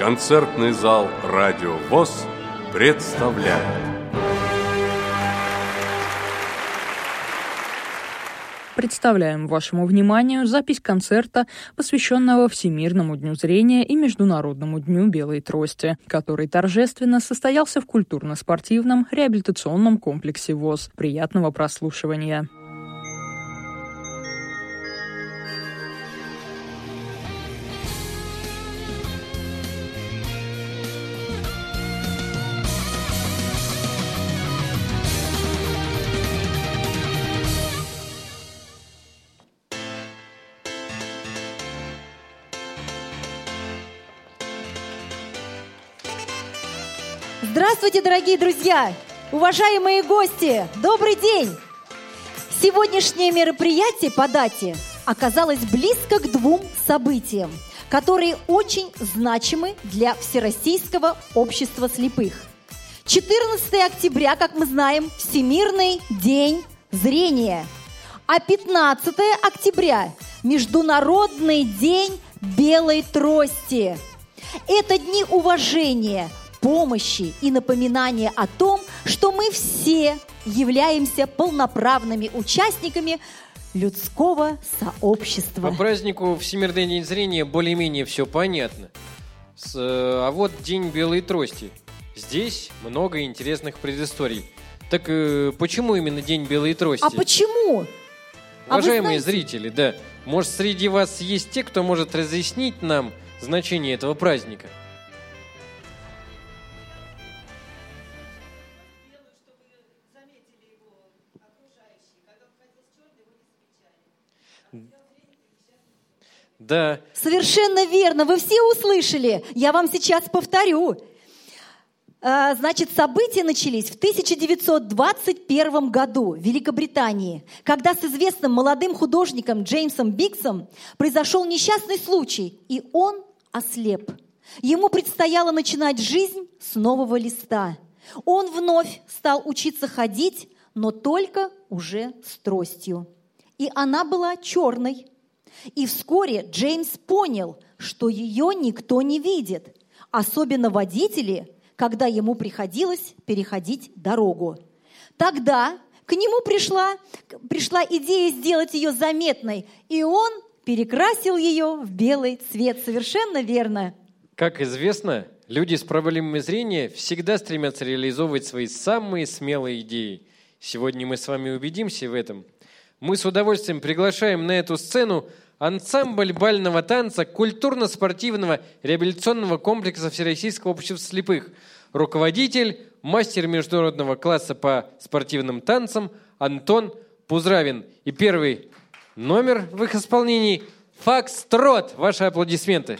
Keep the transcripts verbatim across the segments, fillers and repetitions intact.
Концертный зал «Радио ВОС» представляет. Представляем вашему вниманию запись концерта, посвященного Всемирному дню зрения и Международному дню белой трости, который торжественно состоялся в культурно-спортивном реабилитационном комплексе ВОС. Приятного прослушивания. Здравствуйте, дорогие друзья! Уважаемые гости! Добрый день! Сегодняшнее мероприятие по дате оказалось близко к двум событиям, которые очень значимы для Всероссийского общества слепых. четырнадцатого октября, как мы знаем, Всемирный день зрения, а пятнадцатого октября – Международный день белой трости. Это дни уважения, помощи и напоминания о том, что мы все являемся полноправными участниками людского сообщества. По празднику Всемирный день зрения более-менее все понятно. С, а вот День белой трости. Здесь много интересных предысторий. Так э, почему именно День белой трости? А почему? Уважаемые а зрители, да, может, среди вас есть те, кто может разъяснить нам значение этого праздника? Да. Совершенно верно, вы все услышали. Я вам сейчас повторю. Значит, события начались в тысяча девятьсот двадцать первом году в Великобритании, когда с известным молодым художником Джеймсом Биксом произошел несчастный случай, и он ослеп. Ему предстояло начинать жизнь с нового листа. Он вновь стал учиться ходить, но только уже с тростью. И она была черной. И вскоре Джеймс понял, что ее никто не видит, особенно водители, когда ему приходилось переходить дорогу. Тогда к нему пришла, пришла идея сделать ее заметной, и он перекрасил ее в белый цвет. Совершенно верно. Как известно, люди с проблемами зрения всегда стремятся реализовывать свои самые смелые идеи. Сегодня мы с вами убедимся в этом. Мы с удовольствием приглашаем на эту сцену ансамбль бального танца культурно-спортивного реабилитационного комплекса Всероссийского общества слепых. Руководитель, мастер международного класса по спортивным танцам Антон Пузравин. И первый номер в их исполнении – «Фокстрот». Ваши аплодисменты.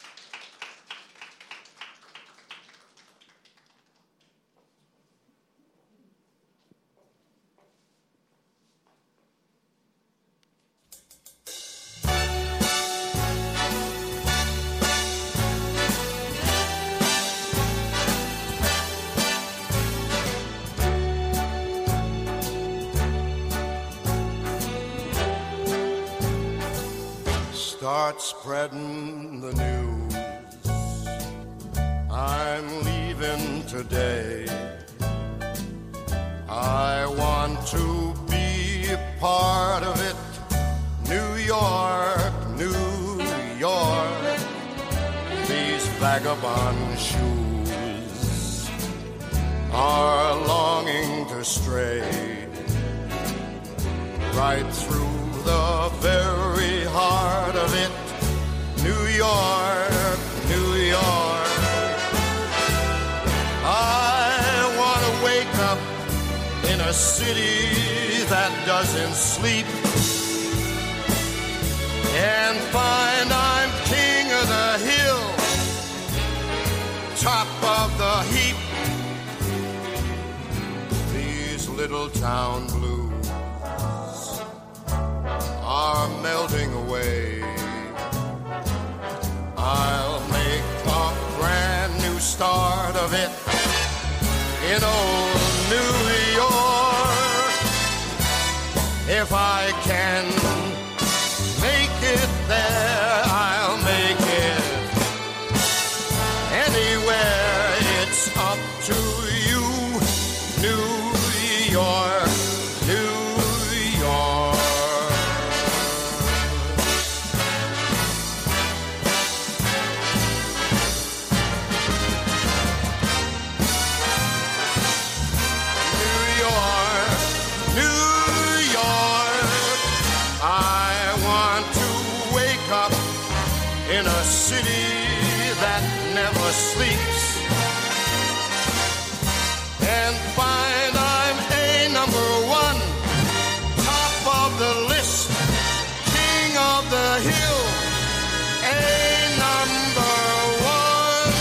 Start spreading the news. I'm leaving today. I want to be a part of it. New York, New York. These vagabond shoes are longing to stray right through the very heart of it. New York, New York. I want to wake up in a city that doesn't sleep and find I'm king of the hill, top of the heap. These little town blues are melting away. I'll make a brand new start of it in old New York. If I can make it there, I'll make it in a city that never sleeps, and find I'm a number one, top of the list, king of the hill, a number one.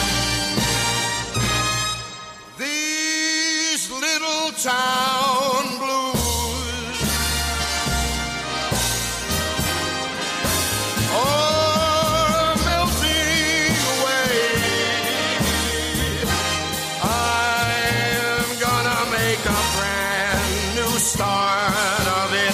These little town blues are melting away. I'm gonna make a brand new start of it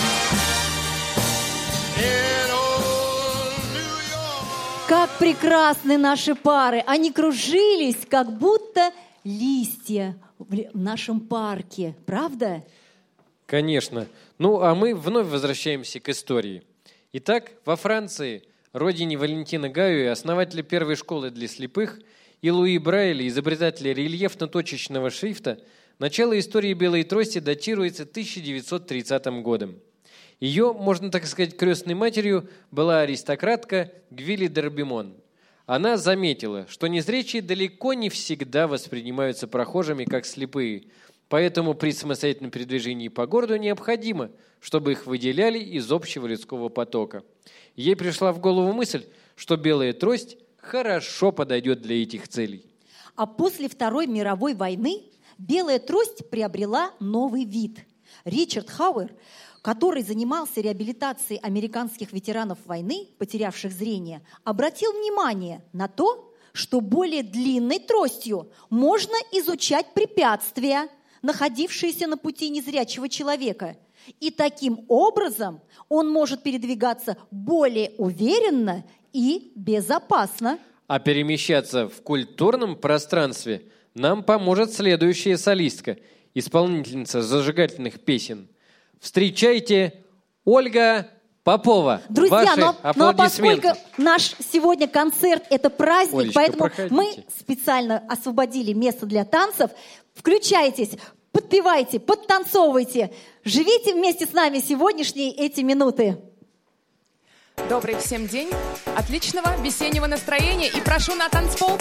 in old New York. Как прекрасны наши пары! Они кружились, как будто листья в нашем парке. Правда? Конечно. Ну, а мы вновь возвращаемся к истории. Итак, во Франции, родине Валентина Гаю и основателя первой школы для слепых, и Луи Брайля, изобретателя рельефно-точечного шрифта, начало истории белой трости датируется тысяча девятьсот тридцатым годом. Ее, можно так сказать, крестной матерью была аристократка Гвилли Д'Арбимон. Она заметила, что незрячие далеко не всегда воспринимаются прохожими как слепые, поэтому при самостоятельном передвижении по городу необходимо, чтобы их выделяли из общего людского потока. Ей пришла в голову мысль, что белая трость хорошо подойдет для этих целей. А после Второй мировой войны белая трость приобрела новый вид. Ричард Хауэр, который занимался реабилитацией американских ветеранов войны, потерявших зрение, обратил внимание на то, что более длинной тростью можно изучать препятствия, находившиеся на пути незрячего человека. И таким образом он может передвигаться более уверенно и безопасно. А перемещаться в культурном пространстве нам поможет следующая солистка, исполнительница зажигательных песен. Встречайте, Ольга Попова. Друзья, Ваши но, но аплодисменты. поскольку наш сегодня концерт – это праздник, Олечка, поэтому проходите. мы специально освободили место для танцев. Включайтесь, подпевайте, подтанцовывайте. Живите вместе с нами сегодняшние эти минуты. Добрый всем день, отличного весеннего настроения и прошу на танцпол.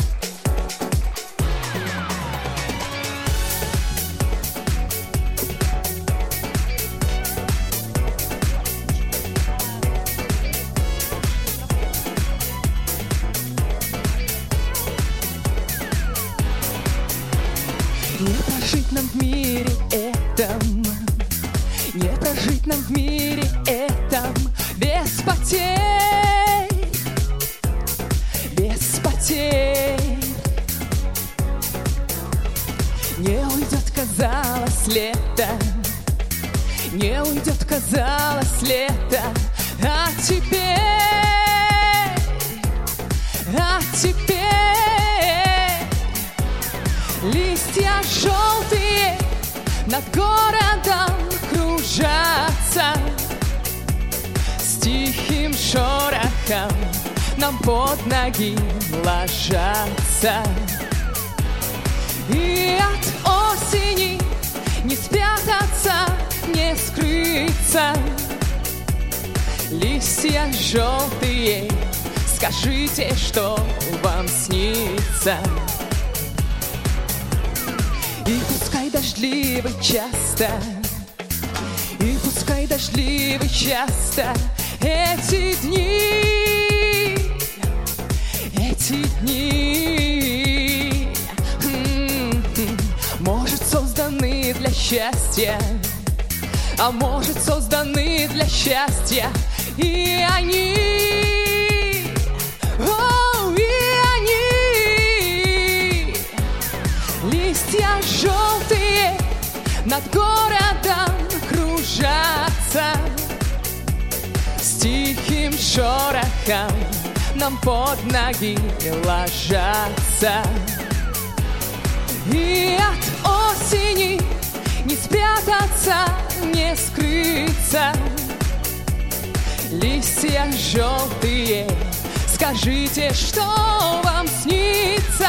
Не прожить нам в мире этом, не прожить нам в мире этом без потерь, без потерь. Не уйдет, казалось, лето, не уйдет, казалось, лето, а теперь, а теперь листья желтые над городом кружатся, с тихим шорохом нам под ноги ложатся. И от осени не спрятаться, не скрыться. Листья желтые, скажите, что вам снится. И пускай дождливый часто, и пускай дождливый часто эти дни, эти дни, м-м-м, может, созданы для счастья, а может, созданы для счастья, и они, о, и они, листья желтые над городом кружатся, с тихим шорохом нам под ноги ложатся. И от осени не спрятаться, не скрыться. Листья желтые, скажите, что вам снится.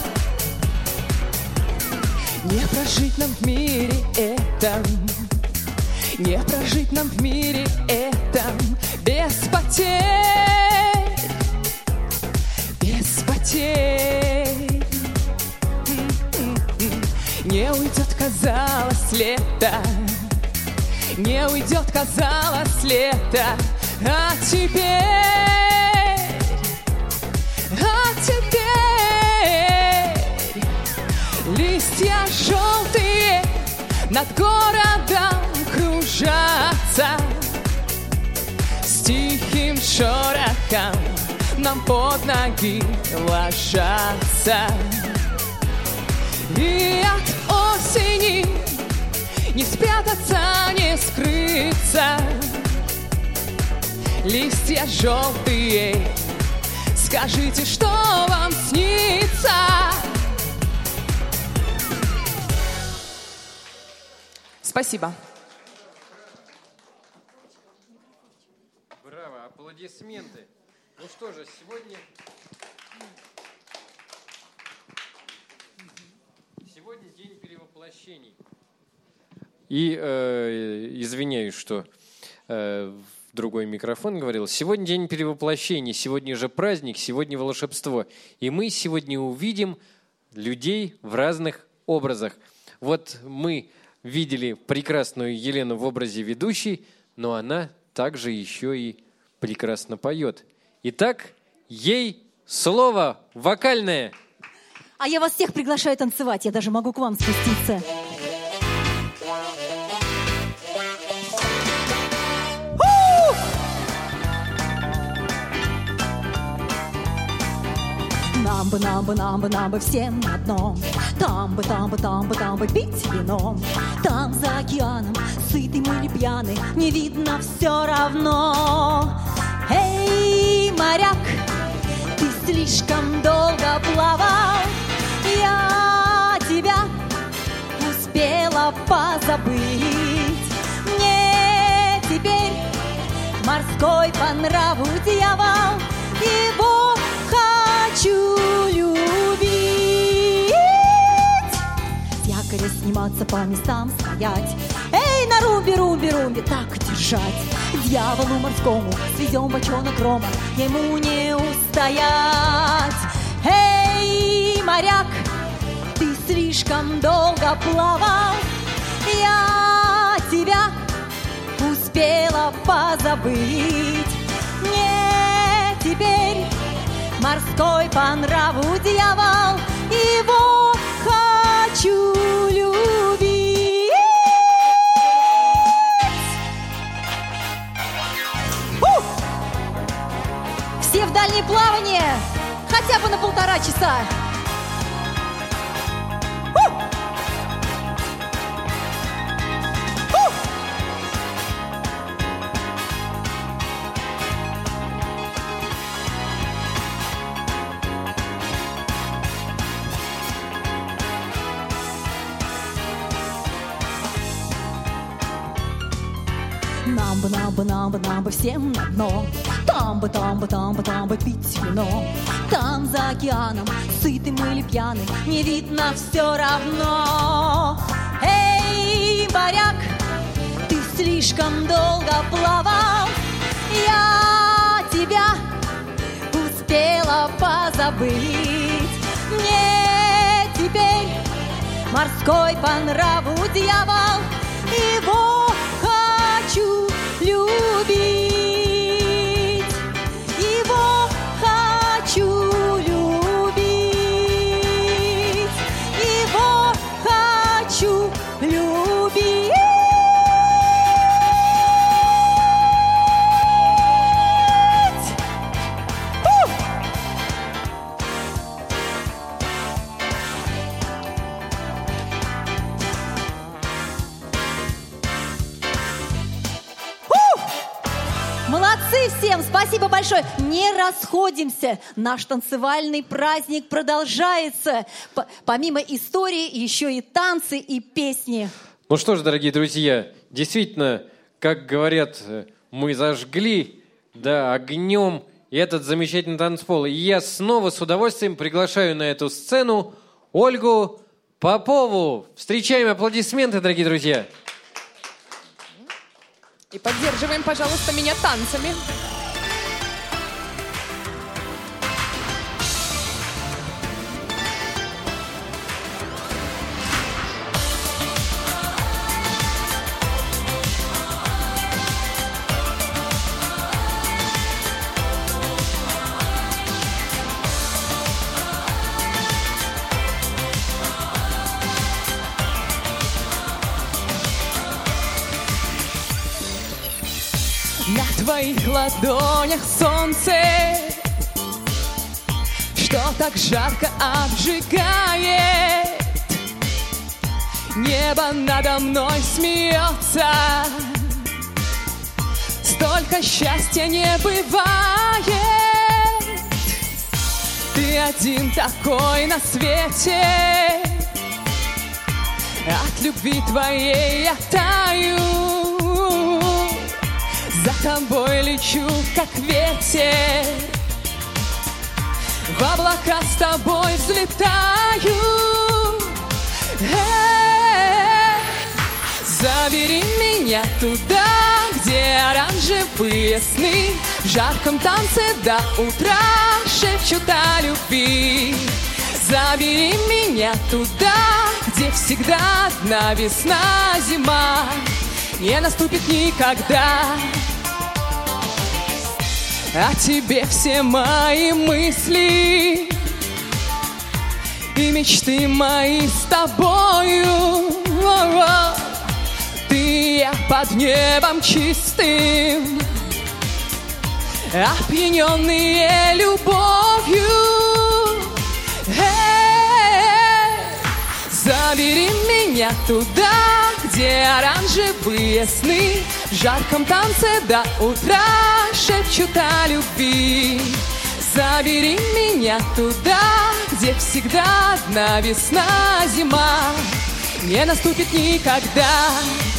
Не прожить нам в мире этом, не прожить нам в мире этом без потерь, казалось, лето не уйдет, казалось, лето. А теперь, а теперь листья желтые над городом кружатся, с тихим шорохом нам под ноги ложатся. И от осени не спрятаться, не скрыться. Листья желтые, скажите, что вам снится? Спасибо. Браво, аплодисменты. Ну что же, сегодня... Сегодня день перевоплощений. И э, извиняюсь, что э, в другой микрофон говорил. Сегодня день перевоплощений, сегодня же праздник, сегодня волшебство. И мы сегодня увидим людей в разных образах. Вот мы видели прекрасную Елену в образе ведущей, но она также еще и прекрасно поет. Итак, ей слово вокальное. А я вас всех приглашаю танцевать, я даже могу к вам спуститься. Нам бы, нам бы, нам бы, нам бы всем на дно. Там бы, там бы, там бы, там бы пить вином. Там за океаном, сытый мы или пьяный, не видно все равно. Эй, моряк, ты слишком долго плавал, я тебя успела позабыть. Мне теперь морской по нраву дьявол, его хочу любить. С якоря сниматься, по местам стоять. Эй, на румбе, румбе, румбе, так держать. Дьяволу морскому свезем бочонок рома, ему не устоять. Эй, моряк, ты слишком долго плавал, я тебя успела позабыть. Мне теперь морской по нраву дьявол, его хочу любить. Фу! Все в дальнее плавание, хотя бы на полтора часа. Фу! Фу! Нам бы, нам бы, нам бы, нам бы всем на дно. Там бы, там бы, там бы, там бы пить вино. Там за океаном, сытый мы или пьяный, не видно все равно. Эй, моряк, ты слишком долго плавал, я тебя успела позабыть. Мне теперь морской по нраву дьявол, его хочу любить, его хочу любить, его хочу любить. Фу! Молодцы всем, спасибо большое. Не расходимся, наш танцевальный праздник продолжается. П- помимо истории, еще и танцы и песни. Ну что ж, дорогие друзья, действительно, как говорят, мы зажгли, да, огнем этот замечательный танцпол. И я снова с удовольствием приглашаю на эту сцену Ольгу Попову. Встречаем аплодисменты, дорогие друзья. И поддерживаем, пожалуйста, меня танцами. твоих ладонях солнце, что так жарко обжигает. Небо надо мной смеется, столько счастья не бывает. Ты один такой на свете, от любви твоей я таю, за тобой лечу, как ветер, в облака с тобой взлетаю. Эй, забери меня туда, где оранжевые сны в жарком танце до утра шепчут о любви. Забери меня туда, где всегда одна весна, зима не наступит никогда. О тебе все мои мысли и мечты мои с тобою. Ты и я под небом чистым, опьяненные любовью. Эй, забери меня туда, где оранжевые сны в жарком танце до утра шепчут о любви. Забери меня туда, где всегда одна весна, зима не наступит никогда.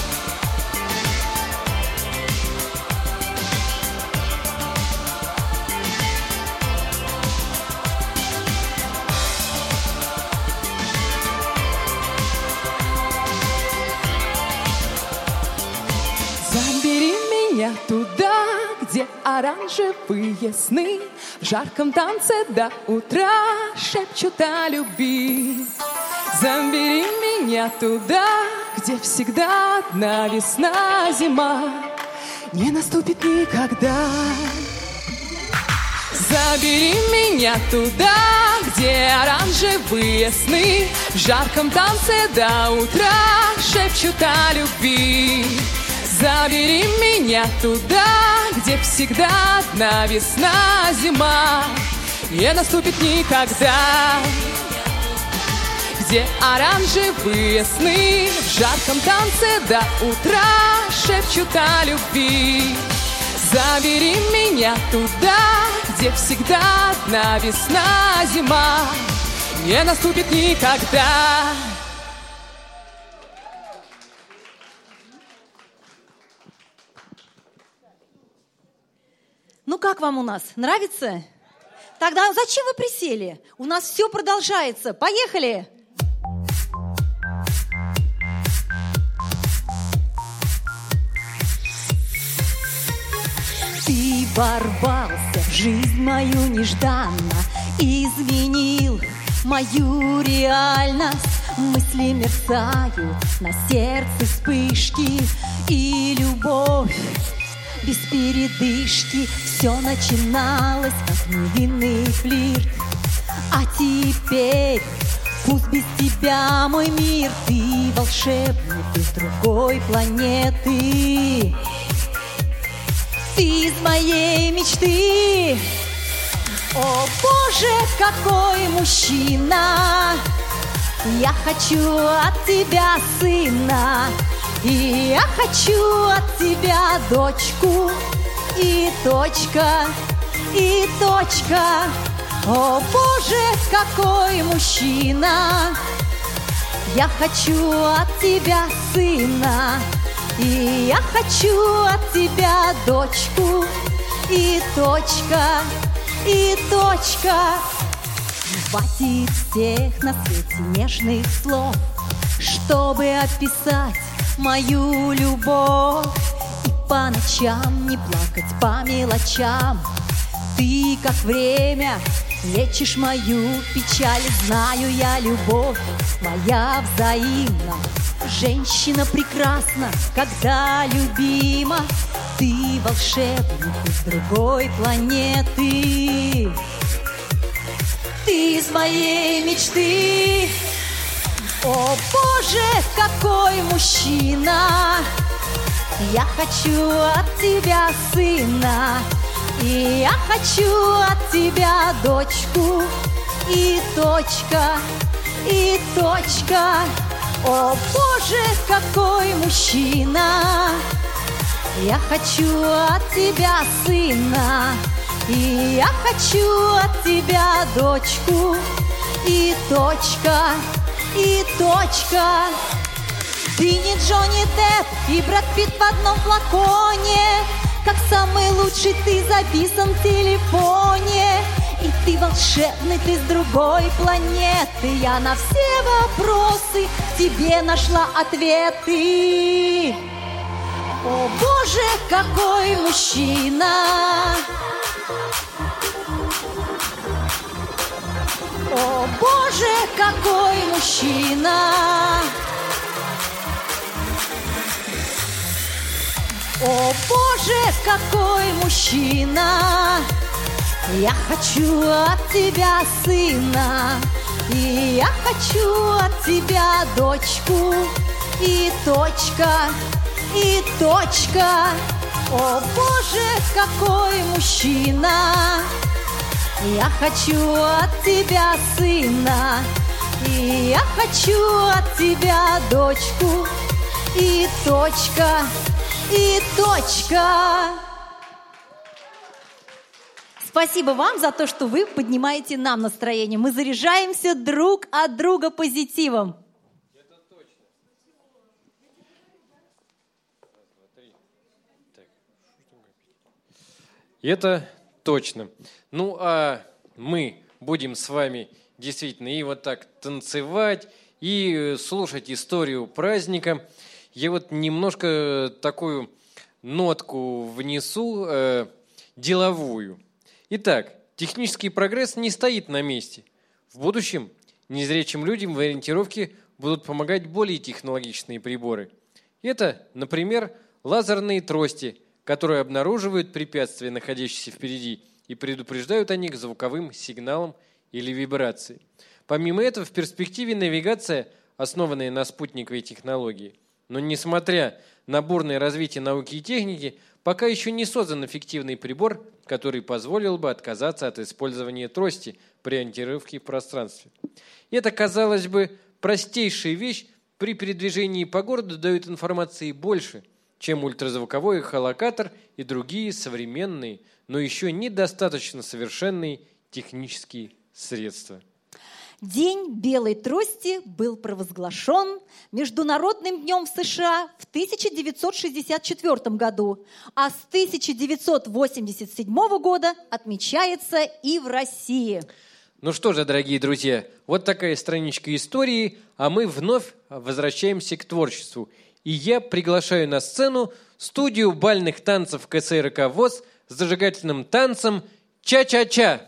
Забери меня туда, где оранжевые сны в жарком танце до утра шепчут о любви. Забери меня туда, где всегда одна весна, зима не наступит никогда. Забери меня туда, где оранжевые сны в жарком танце до утра шепчут о любви. Забери меня туда, где всегда одна весна, зима не наступит никогда. Где оранжевые сны в жарком танце до утра шепчут о любви. Забери меня туда, где всегда одна весна, зима не наступит никогда. Ну как вам у нас? Нравится? Тогда зачем вы присели? У нас все продолжается. Поехали! Ты ворвался в жизнь мою нежданно, изменил мою реальность. Мысли мерцают, на сердце вспышки и любовь без передышки. Все начиналось, как невинный флирт, а теперь пусть без тебя мой мир. Ты волшебник из другой планеты, ты из моей мечты. О Боже, какой мужчина! Я хочу от тебя сына, и я хочу от тебя дочку. И точка, и точка. О Боже, какой мужчина! Я хочу от тебя сына, и я хочу от тебя дочку. И точка, и точка. Хватит всех на свете нежных слов, чтобы описать мою любовь. И по ночам не плакать по мелочам. Ты, как время, лечишь мою печаль. Знаю я, любовь твоя взаимна. Женщина прекрасна, когда любима. Ты волшебник из другой планеты, ты из моей мечты. О Боже, какой мужчина! Я хочу от тебя сына, и я хочу от тебя дочку. И точка, и точка. О, Боже, какой мужчина! Я хочу от тебя сына, и я хочу от тебя дочку. И точка, и точка. Ты не Джонни Депп и Брэд Питт в одном флаконе. Как самый лучший ты записан в телефоне. И ты волшебный, ты с другой планеты. Я на все вопросы тебе нашла ответы. О, Боже, какой мужчина! О, Боже, какой мужчина! О, Боже, какой мужчина! Я хочу от тебя сына, и я хочу от тебя дочку. И точка, и точка. О, Боже, какой мужчина! Я хочу от тебя сына, и я хочу от тебя дочку. И точка, и точка. Спасибо вам за то, что вы поднимаете нам настроение. Мы заряжаемся друг от друга позитивом. Это точно. Раз, два, три. Так. Это точно. Ну, а мы будем с вами действительно и вот так танцевать, и слушать историю праздника. Я вот немножко такую нотку внесу, э, деловую. Итак, технический прогресс не стоит на месте. В будущем незрячим людям в ориентировке будут помогать более технологичные приборы. Это, например, лазерные трости, которые обнаруживают препятствия, находящиеся впереди, и предупреждают о них звуковым сигналом или вибрацией. Помимо этого, в перспективе навигация, основанная на спутниковой технологии. Но несмотря на бурное развитие науки и техники, пока еще не создан эффективный прибор, который позволил бы отказаться от использования трости при ориентировке в пространстве. И это, казалось бы, простейшая вещь при передвижении по городу дает информации больше, чем ультразвуковой эхолокатор и другие современные, но еще недостаточно совершенные технические средства. День белой трости был провозглашен Международным днем в США в тысяча девятьсот шестьдесят четвёртом году, а с тысяча девятьсот восемьдесят седьмого года отмечается и в России. Ну что же, дорогие друзья, вот такая страничка истории, а мы вновь возвращаемся к творчеству. И я приглашаю на сцену студию бальных танцев ка эс эр ка ВОС с зажигательным танцем «Ча-ча-ча».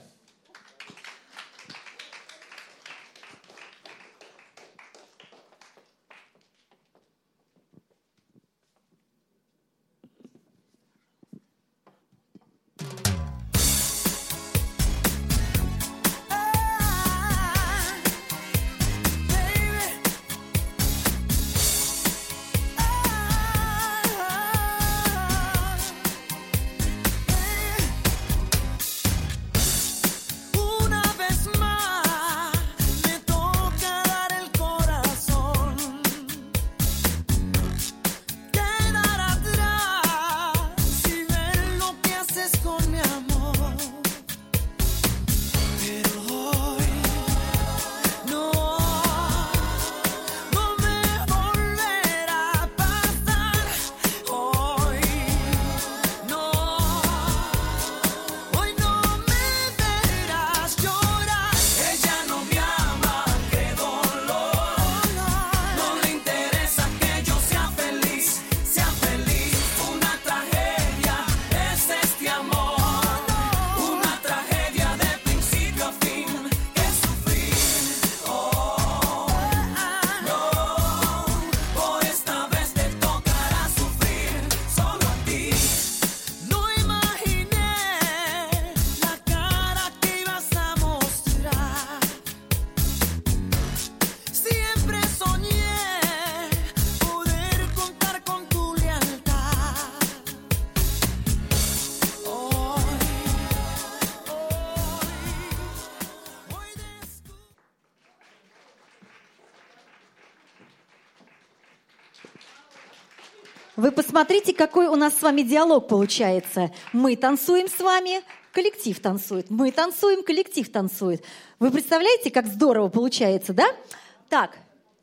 Вы посмотрите, какой у нас с вами диалог получается. Мы танцуем с вами, коллектив танцует. Мы танцуем, коллектив танцует. Вы представляете, как здорово получается, да? Так,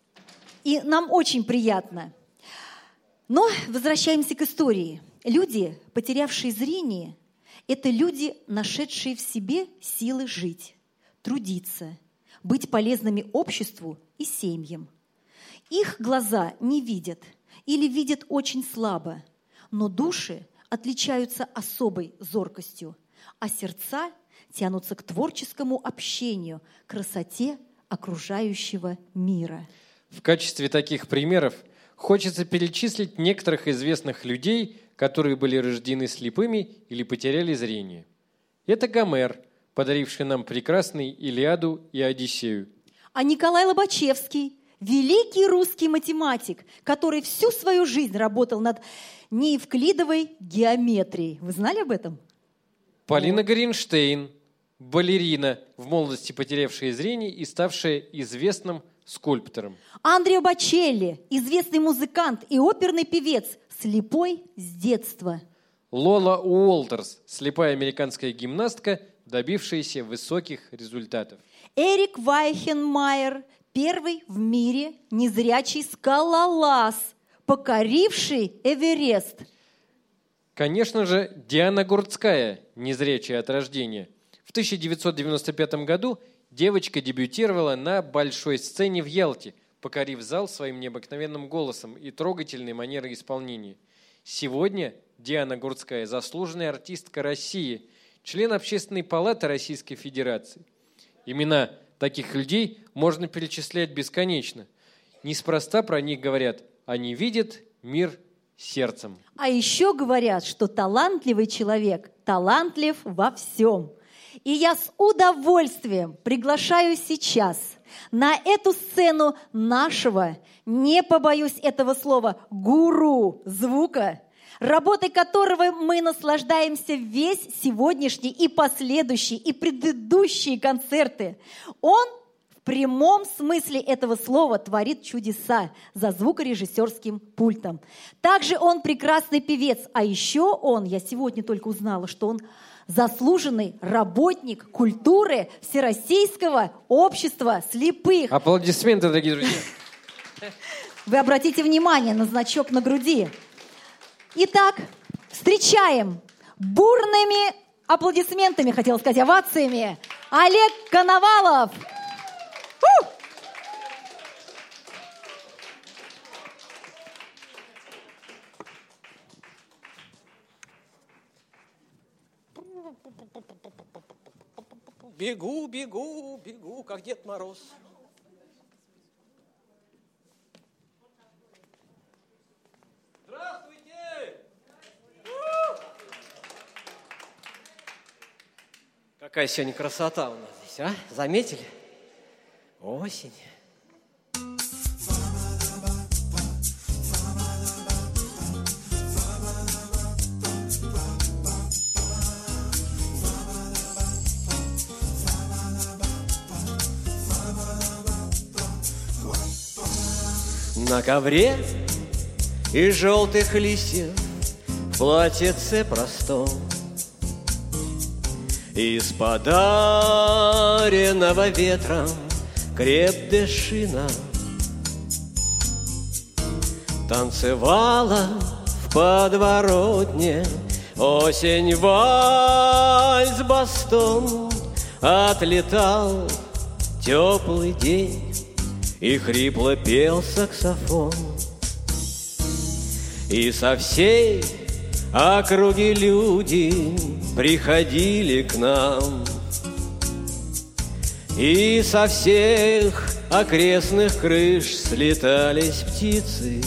и нам очень приятно. Но возвращаемся к истории. Люди, потерявшие зрение, это люди, нашедшие в себе силы жить, трудиться, быть полезными обществу и семьям. Их глаза не видят или видят очень слабо, но души отличаются особой зоркостью, а сердца тянутся к творческому общению, красоте окружающего мира. В качестве таких примеров хочется перечислить некоторых известных людей, которые были рождены слепыми или потеряли зрение. Это Гомер, подаривший нам прекрасный Илиаду и Одиссею. А Николай Лобачевский, великий русский математик, который всю свою жизнь работал над неевклидовой геометрией. Вы знали об этом? Полина Горенштейн, балерина, в молодости потерявшая зрение и ставшая известным скульптором. Андреа Бочелли, известный музыкант и оперный певец, слепой с детства. Лола Уолтерс, слепая американская гимнастка, добившаяся высоких результатов. Эрик Вайхенмайер, первый в мире незрячий скалолаз, покоривший Эверест. Конечно же, Диана Гурцкая, незрячая от рождения. В тысяча девятьсот девяносто пятом году девочка дебютировала на большой сцене в Ялте, покорив зал своим необыкновенным голосом и трогательной манерой исполнения. Сегодня Диана Гурцкая – заслуженная артистка России, член Общественной палаты Российской Федерации. Имена таких людей можно перечислять бесконечно. Неспроста про них говорят: они видят мир сердцем. А еще говорят, что талантливый человек талантлив во всем. И я с удовольствием приглашаю сейчас на эту сцену нашего, не побоюсь этого слова, гуру звука, работой которого мы наслаждаемся весь сегодняшний и последующий, и предыдущие концерты. Он в прямом смысле этого слова творит чудеса за звукорежиссерским пультом. Также он прекрасный певец, а еще он, я сегодня только узнала, что он заслуженный работник культуры Всероссийского общества слепых. Аплодисменты, дорогие друзья. Вы обратите внимание на значок на груди. Итак, встречаем бурными аплодисментами, хотела сказать, овациями, Олег Коновалов. У! Бегу, бегу, бегу, как Дед Мороз. Здравствуйте! Какая сегодня красота у нас здесь, а? Заметили? Осень. На ковре из желтых листьев в платьице простом, из подаренного ветром крепдышина танцевала в подворотне осень вальс-бастон. Отлетал теплый день, и хрипло пел саксофон. И со всей округи люди приходили к нам, и со всех окрестных крыш слетались птицы.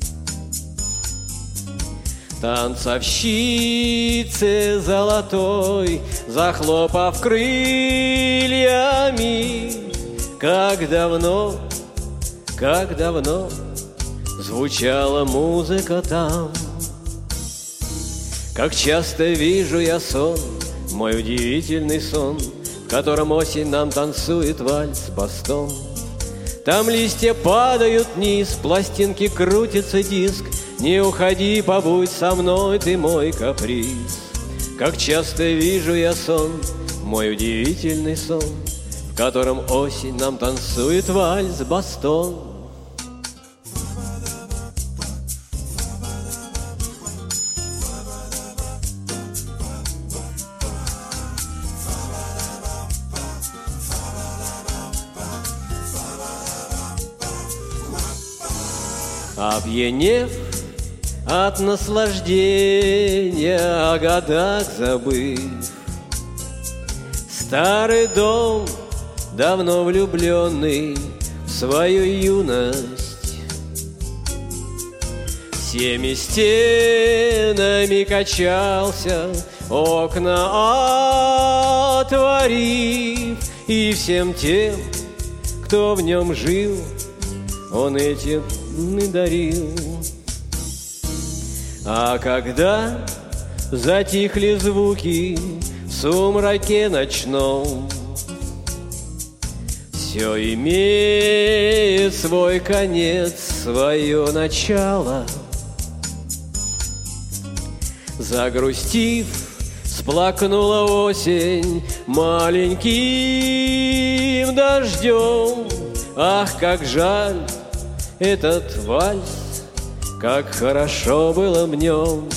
Танцовщицы золотой, захлопав крыльями, как давно, как давно звучала музыка там. Как часто вижу я сон, мой удивительный сон, в котором осень нам танцует вальс-бастон. Там листья падают вниз, пластинки крутится диск. Не уходи, побудь со мной, ты мой каприз. Как часто вижу я сон, мой удивительный сон, в котором осень нам танцует вальс-бастон. Опьянев от наслаждения, о годах забыв, старый дом, давно влюбленный в свою юность, всеми стенами качался, окна отворив, и всем тем, кто в нем жил, он этим не дарил. А когда затихли звуки в сумраке ночном, все имеет свой конец, свое начало. Загрустив, сплакнула осень маленьким дождем. Ах, как жаль этот вальс, как хорошо было в нем.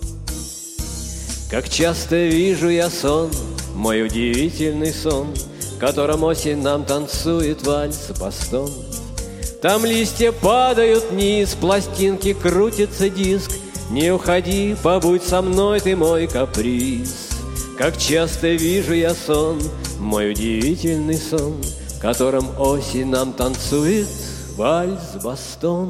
Как часто вижу я сон, мой удивительный сон, в котором осень нам танцует вальс-бастон. Там листья падают вниз, пластинки крутится диск. Не уходи, побудь со мной, ты мой каприз. Как часто вижу я сон, мой удивительный сон, в котором осень нам танцует вальс-бастон.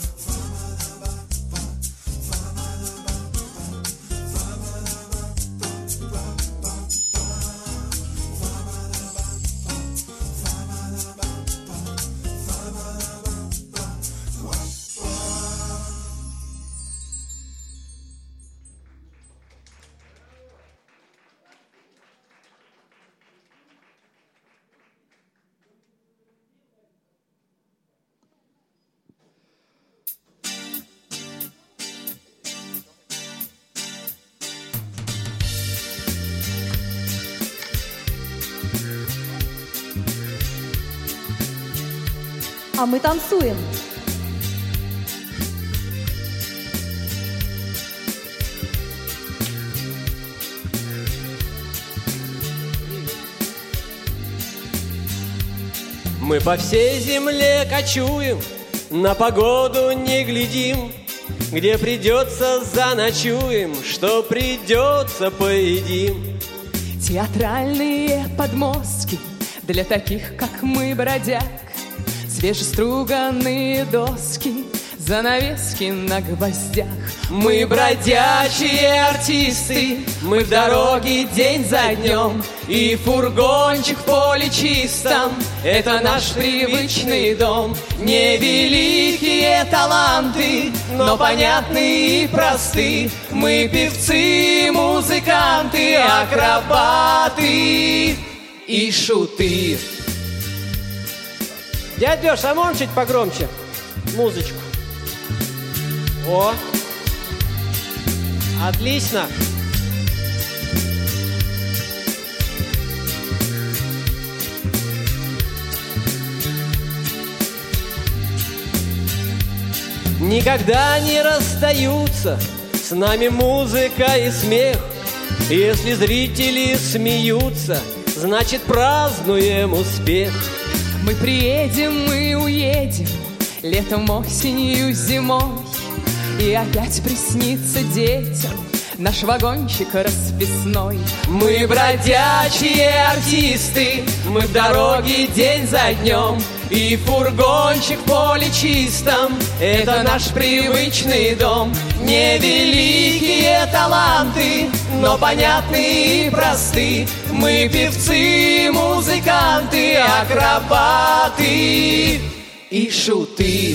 А мы танцуем. Мы по всей земле кочуем, на погоду не глядим. Где придется, заночуем, что придется, поедим. Театральные подмостки для таких, как мы, бродяг. Свежеструганные доски, занавески на гвоздях. Мы бродячие артисты, мы в дороге день за днем. И фургончик в поле чистом — это наш привычный дом. Невеликие таланты, но понятны и просты. Мы певцы, музыканты, акробаты и шуты. Дядь Лёш, а можно чуть погромче музычку? О! Отлично! Никогда не расстаются с нами музыка и смех. Если зрители смеются, значит празднуем успех. Мы приедем, мы уедем, летом, осенью, зимой. И опять приснится детям наш вагончик расписной. Мы бродячие артисты, мы в дороге день за днем. И фургончик в поле чистом — это наш привычный дом. Невеликие таланты, но понятны и просты. Мы певцы, музыканты, акробаты и шуты.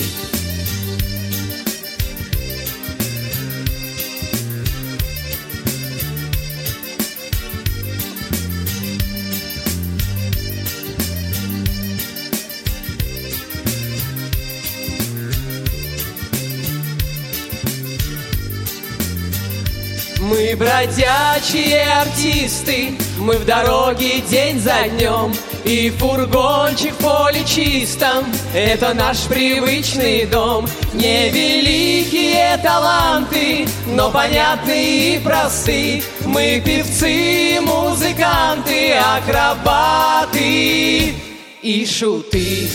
Мы бродячие артисты, мы в дороге день за днем, и фургончик в поле чистом — это наш привычный дом. Невеликие таланты, но понятные и просты. Мы певцы, музыканты, акробаты и шуты.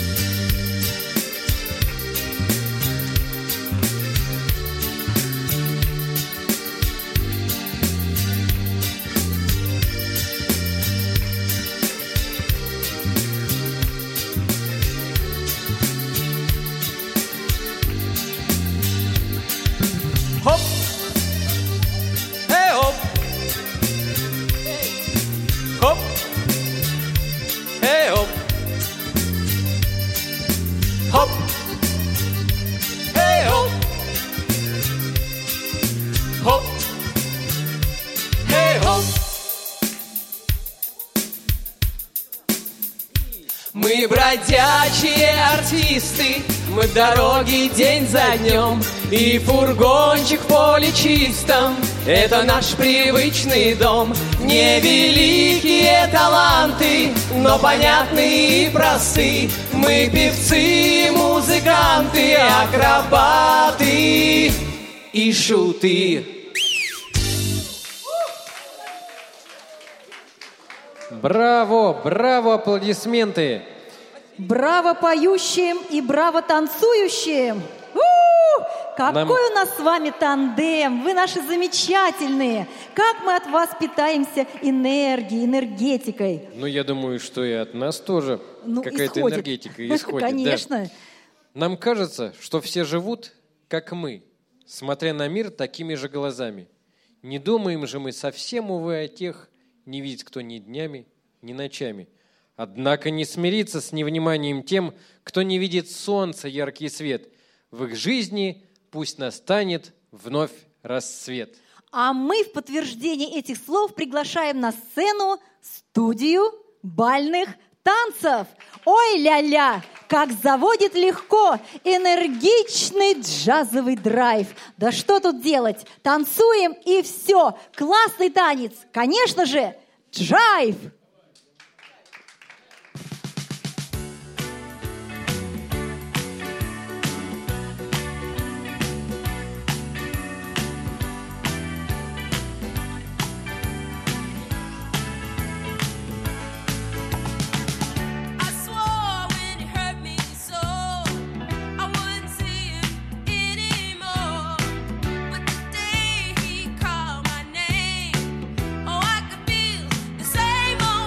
Хоп! Эй, хоп! Хоп! Эй, хоп! Хоп! Эй, хоп! Хоп! Эй, хоп! Мы бродячие артисты, мы в дороге день за днем, и фургончик в поле чистом — это наш привычный дом. Невеликие таланты, но понятные и просты. Мы певцы, музыканты, акробаты и шуты. Браво, браво, аплодисменты! Браво поющим и браво танцующим! У-у-у! Какой Нам- у нас с вами тандем! Вы наши замечательные! Как мы от вас питаемся энергией, энергетикой! Ну, я думаю, что и от нас тоже Ну, какая-то исходит. энергетика исходит. да. Конечно. Нам кажется, что все живут, как мы, смотря на мир такими же глазами. Не думаем же мы совсем, увы, о тех, не видит кто ни днями, ни ночами. Однако не смириться с невниманием тем, кто не видит солнца яркий свет. В их жизни пусть настанет вновь рассвет. А мы в подтверждение этих слов приглашаем на сцену студию бальных танцев. Ой, ля-ля, как заводит легко энергичный джазовый драйв. Да что тут делать? Танцуем и все. Классный танец. Конечно же, джайв. I swore when it hurt me so I wouldn't see him anymore. But the day he called my name, oh, I could feel the same old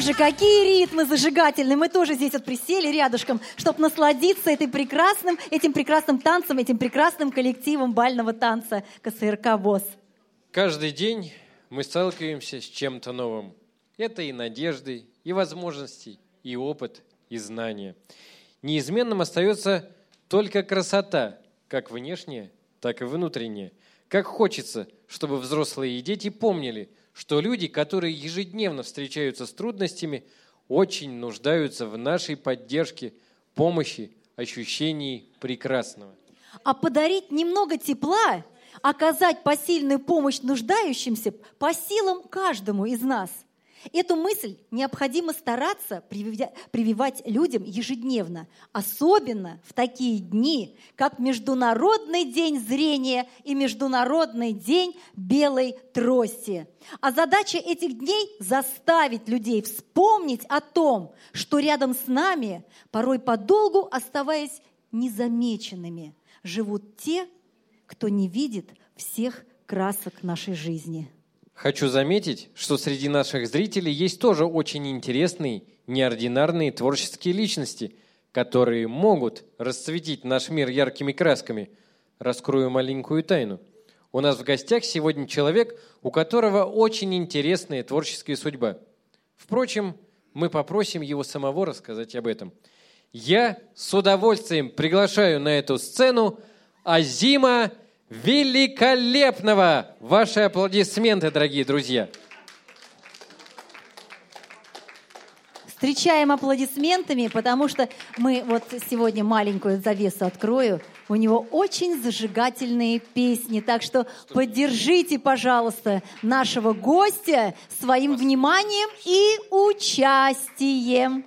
Боже, какие ритмы зажигательные. Мы тоже здесь вот присели рядышком, чтобы насладиться этой прекрасным, этим прекрасным танцем, этим прекрасным коллективом бального танца ка эс эр ка ВОС. Каждый день мы сталкиваемся с чем-то новым. Это и надежды, и возможности, и опыт, и знания. Неизменным остается только красота, как внешняя, так и внутренняя. Как хочется, чтобы взрослые и дети помнили, что люди, которые ежедневно встречаются с трудностями, очень нуждаются в нашей поддержке, помощи, ощущении прекрасного. А подарить немного тепла, оказать посильную помощь нуждающимся по силам каждому из нас. Эту мысль необходимо стараться прививать людям ежедневно, особенно в такие дни, как Международный день зрения и Международный день белой трости. А задача этих дней – заставить людей вспомнить о том, что рядом с нами, порой подолгу оставаясь незамеченными, живут те, кто не видит всех красок нашей жизни. Хочу заметить, что среди наших зрителей есть тоже очень интересные, неординарные творческие личности, которые могут расцветить наш мир яркими красками. Раскрою маленькую тайну. У нас в гостях сегодня человек, у которого очень интересная творческая судьба. Впрочем, мы попросим его самого рассказать об этом. Я с удовольствием приглашаю на эту сцену Азима Великолепного! Ваши аплодисменты, дорогие друзья! Встречаем аплодисментами, потому что мы вот сегодня маленькую завесу открою. У него очень зажигательные песни, так что поддержите, пожалуйста, нашего гостя своим вниманием и участием.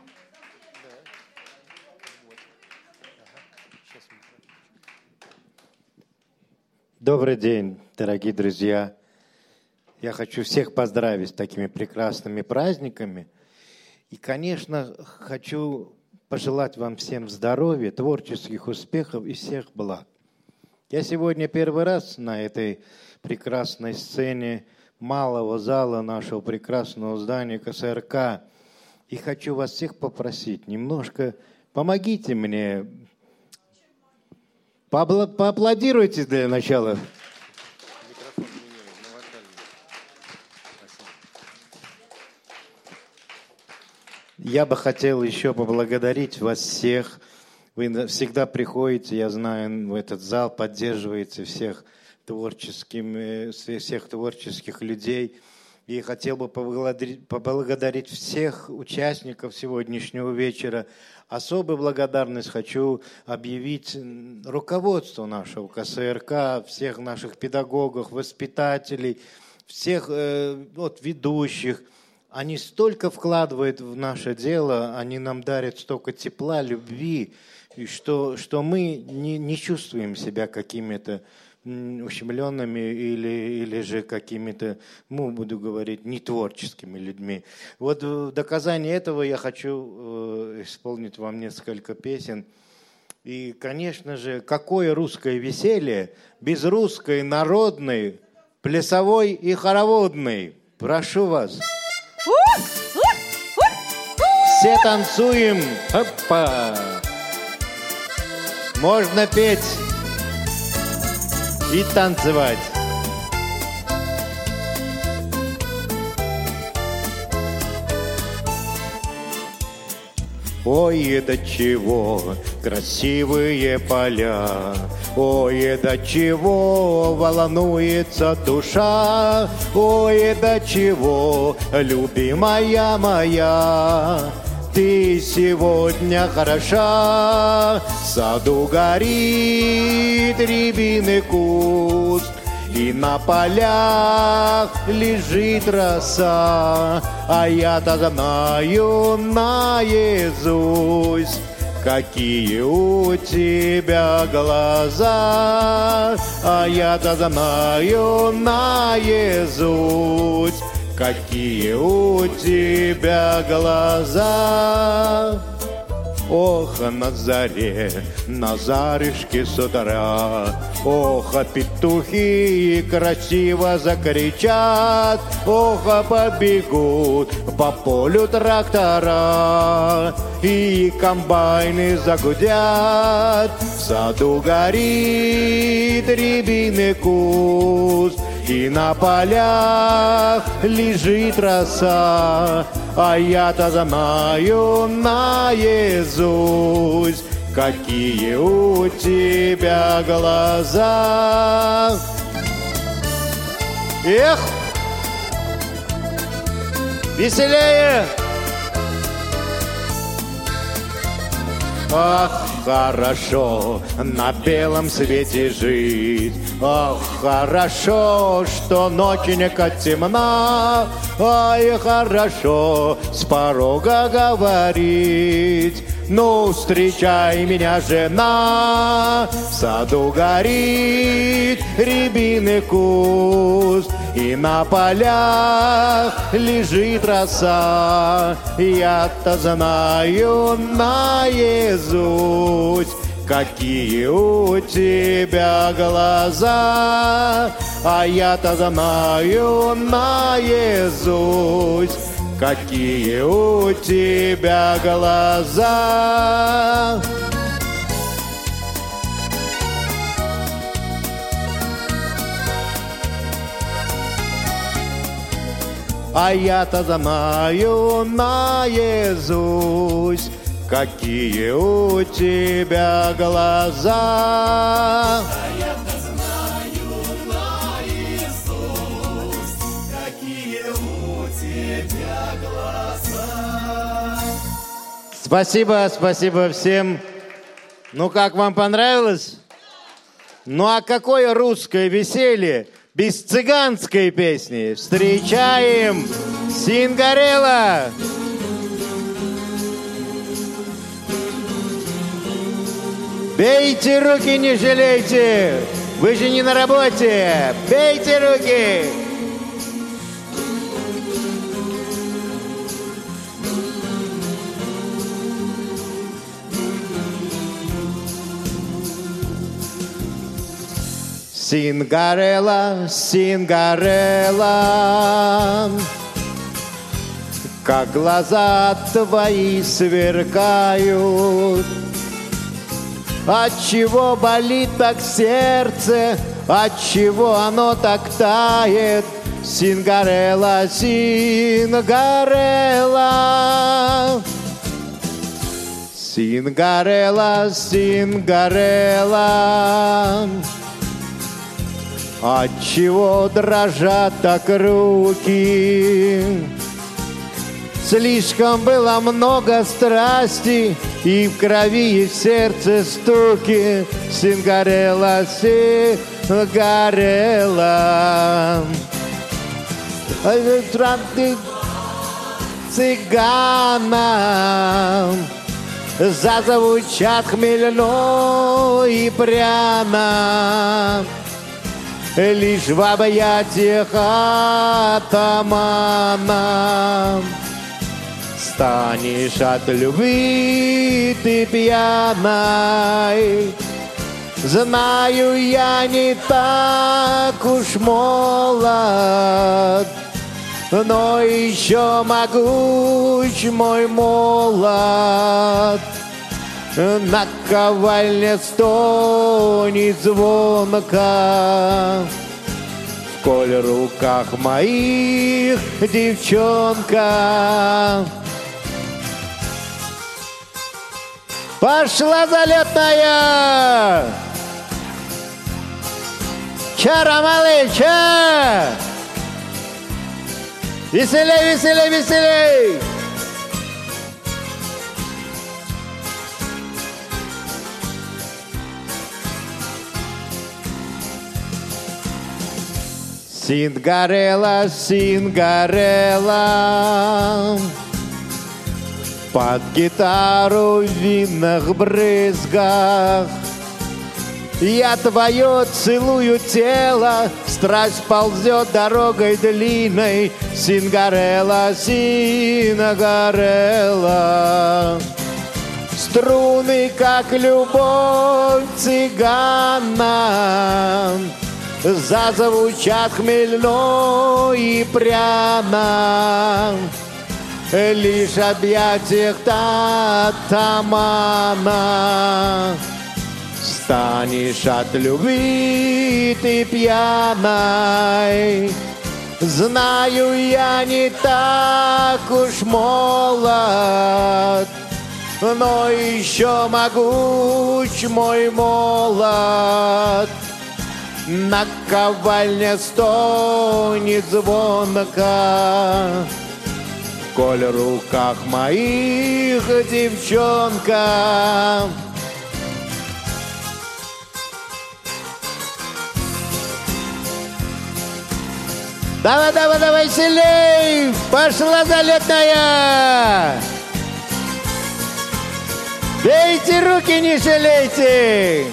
Добрый день, дорогие друзья. Я хочу всех поздравить с такими прекрасными праздниками. И, конечно, хочу пожелать вам всем здоровья, творческих успехов и всех благ. Я сегодня первый раз на этой прекрасной сцене малого зала нашего прекрасного здания ка эс эр ка. И хочу вас всех попросить, немножко помогите мне. Поаплодируйте для начала. Я бы хотел еще поблагодарить вас всех. Вы всегда приходите, я знаю, в этот зал, поддерживаете всех, творческим, всех творческих людей. И хотел бы поблагодарить, поблагодарить всех участников сегодняшнего вечера. Особую благодарность хочу объявить руководству нашего ка эс эр ка, всех наших педагогов, воспитателей, всех э, вот, ведущих. Они столько вкладывают в наше дело, они нам дарят столько тепла, любви, что, что мы не, не чувствуем себя какими-то ущемленными или, или же какими-то, ну, буду говорить, нетворческими людьми. Вот в доказание этого я хочу э, исполнить вам несколько песен. И, конечно же, какое русское веселье без русской народной, плясовой и хороводной. Прошу вас. Все танцуем. Опа! Можно петь и танцевать. Ой, до чего красивые поля, ой, до чего волнуется душа, ой, до чего, любимая моя, ты сегодня хороша. В саду горит рябиный куст, и на полях лежит роса, а я-то знаю наизусть, какие у тебя глаза, а я-то знаю наизусть, какие у тебя глаза. ох, на заре, на зарышке с утра, ох, петухи красиво закричат, ох, побегут по полю трактора, и комбайны загудят, в саду горит рябиный куст, и на полях лежит роса, а я-то знаю наизусть, какие у тебя глаза. Эх, веселее! Ах, хорошо на белом свете жить, ах, хорошо, что ноченька темна, ай, хорошо с порога говорить. Ну, встречай меня, жена, в саду горит рябиный куст, и на полях лежит роса. Я-то знаю наизусть, какие у тебя глаза, а я-то знаю наизусть, какие у тебя глаза. А я-то знаю наизусть, какие у тебя глаза. А я-то знаю наизусть, какие у тебя глаза. Спасибо, спасибо всем. Ну как, вам понравилось? Ну а какое русское веселье без цыганской песни? Встречаем Сингарелла! Бейте руки, не жалейте! Вы же не на работе! Бейте руки! Сингарелла, Сингарелла, как глаза твои сверкают. Отчего болит так сердце, отчего оно так тает? Сингарелла, Сингарелла, Сингарелла, Сингарелла, отчего дрожат так руки? Слишком было много страсти, и в крови, и в сердце стуки. Сингарелла, Сингарелла, цыгана зазвучат хмельно и пряно, лишь в объятиях атамана. Станешь от любви ты пьяной. Знаю, я не так уж молод, но еще могуч мой молот. Наковальня стонет звонко, коль в руках моих девчонка. Пошла залетная! Чара, малыча! Веселей, веселей, веселей! Сингарелла, Сингарелла, под гитару в винных брызгах я твое целую тело, страсть ползет дорогой длинной. Сингарелла, Сингарелла, Струны, как любовь цыгана, зазвучат хмельно и пряно. Лишь объятиях татамана станешь от любви ты пьяной. Знаю, я не так уж молод, но еще могуч мой молот. Наковальня стонет звонко, коль в руках моих девчонка. Давай, давай, давай, сильней! Пошла залетная! Бейте руки, не жалейте!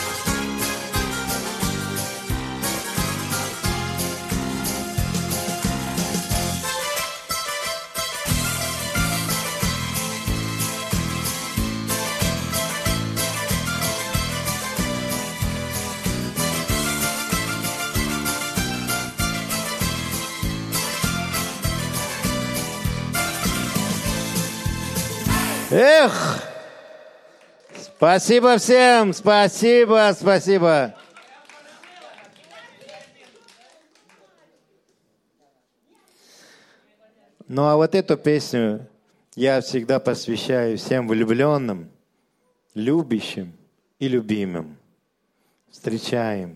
Эх! Спасибо всем! Спасибо, спасибо! Ну а вот эту песню я всегда посвящаю всем влюбленным, любящим и любимым. Встречаем.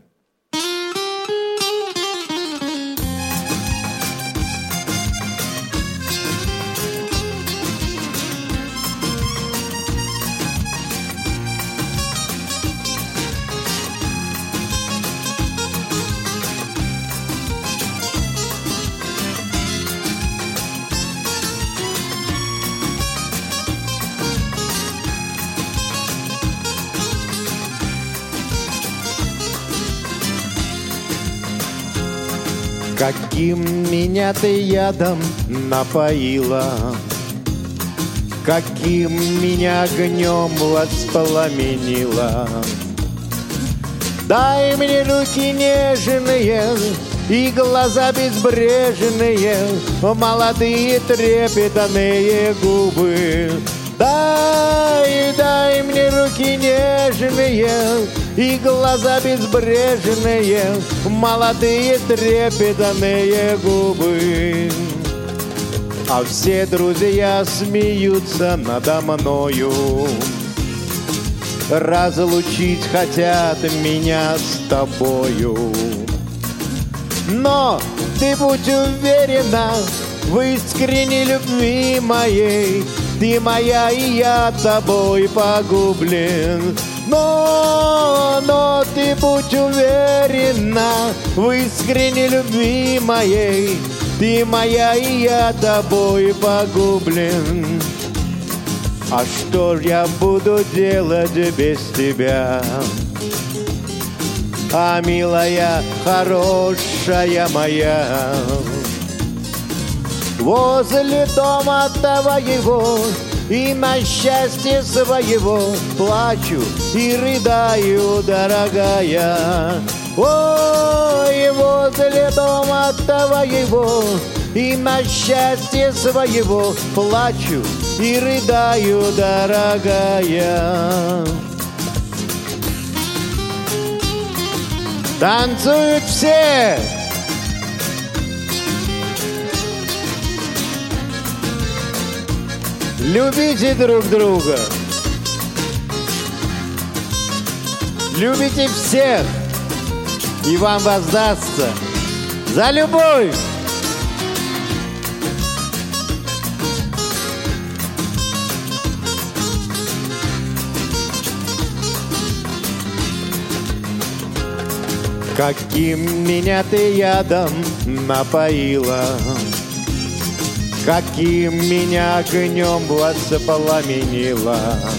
Каким меня ты ядом напоила, каким меня огнем воспламенила. Дай мне руки нежные и глаза безбрежные, молодые трепетные губы. Дай, дай мне руки нежные и глаза безбрежные, молодые трепетные губы. А все друзья смеются надо мною, разлучить хотят меня с тобою. Но ты будь уверена в искренней любви моей, ты моя, и я тобой погублен. Но, но ты будь уверена в искренней любви моей, ты моя, и я тобой погублен. А что ж я буду делать без тебя? А милая, хорошая моя, возле дома твоего и на счастье своего плачу и рыдаю, дорогая. Ой, возле дома твоего и на счастье своего плачу и рыдаю, дорогая. Танцуют все! Любите друг друга. Любите всех, и вам воздастся за любовь. Каким меня ты ядом напоила, каким меня огнем воспламенила.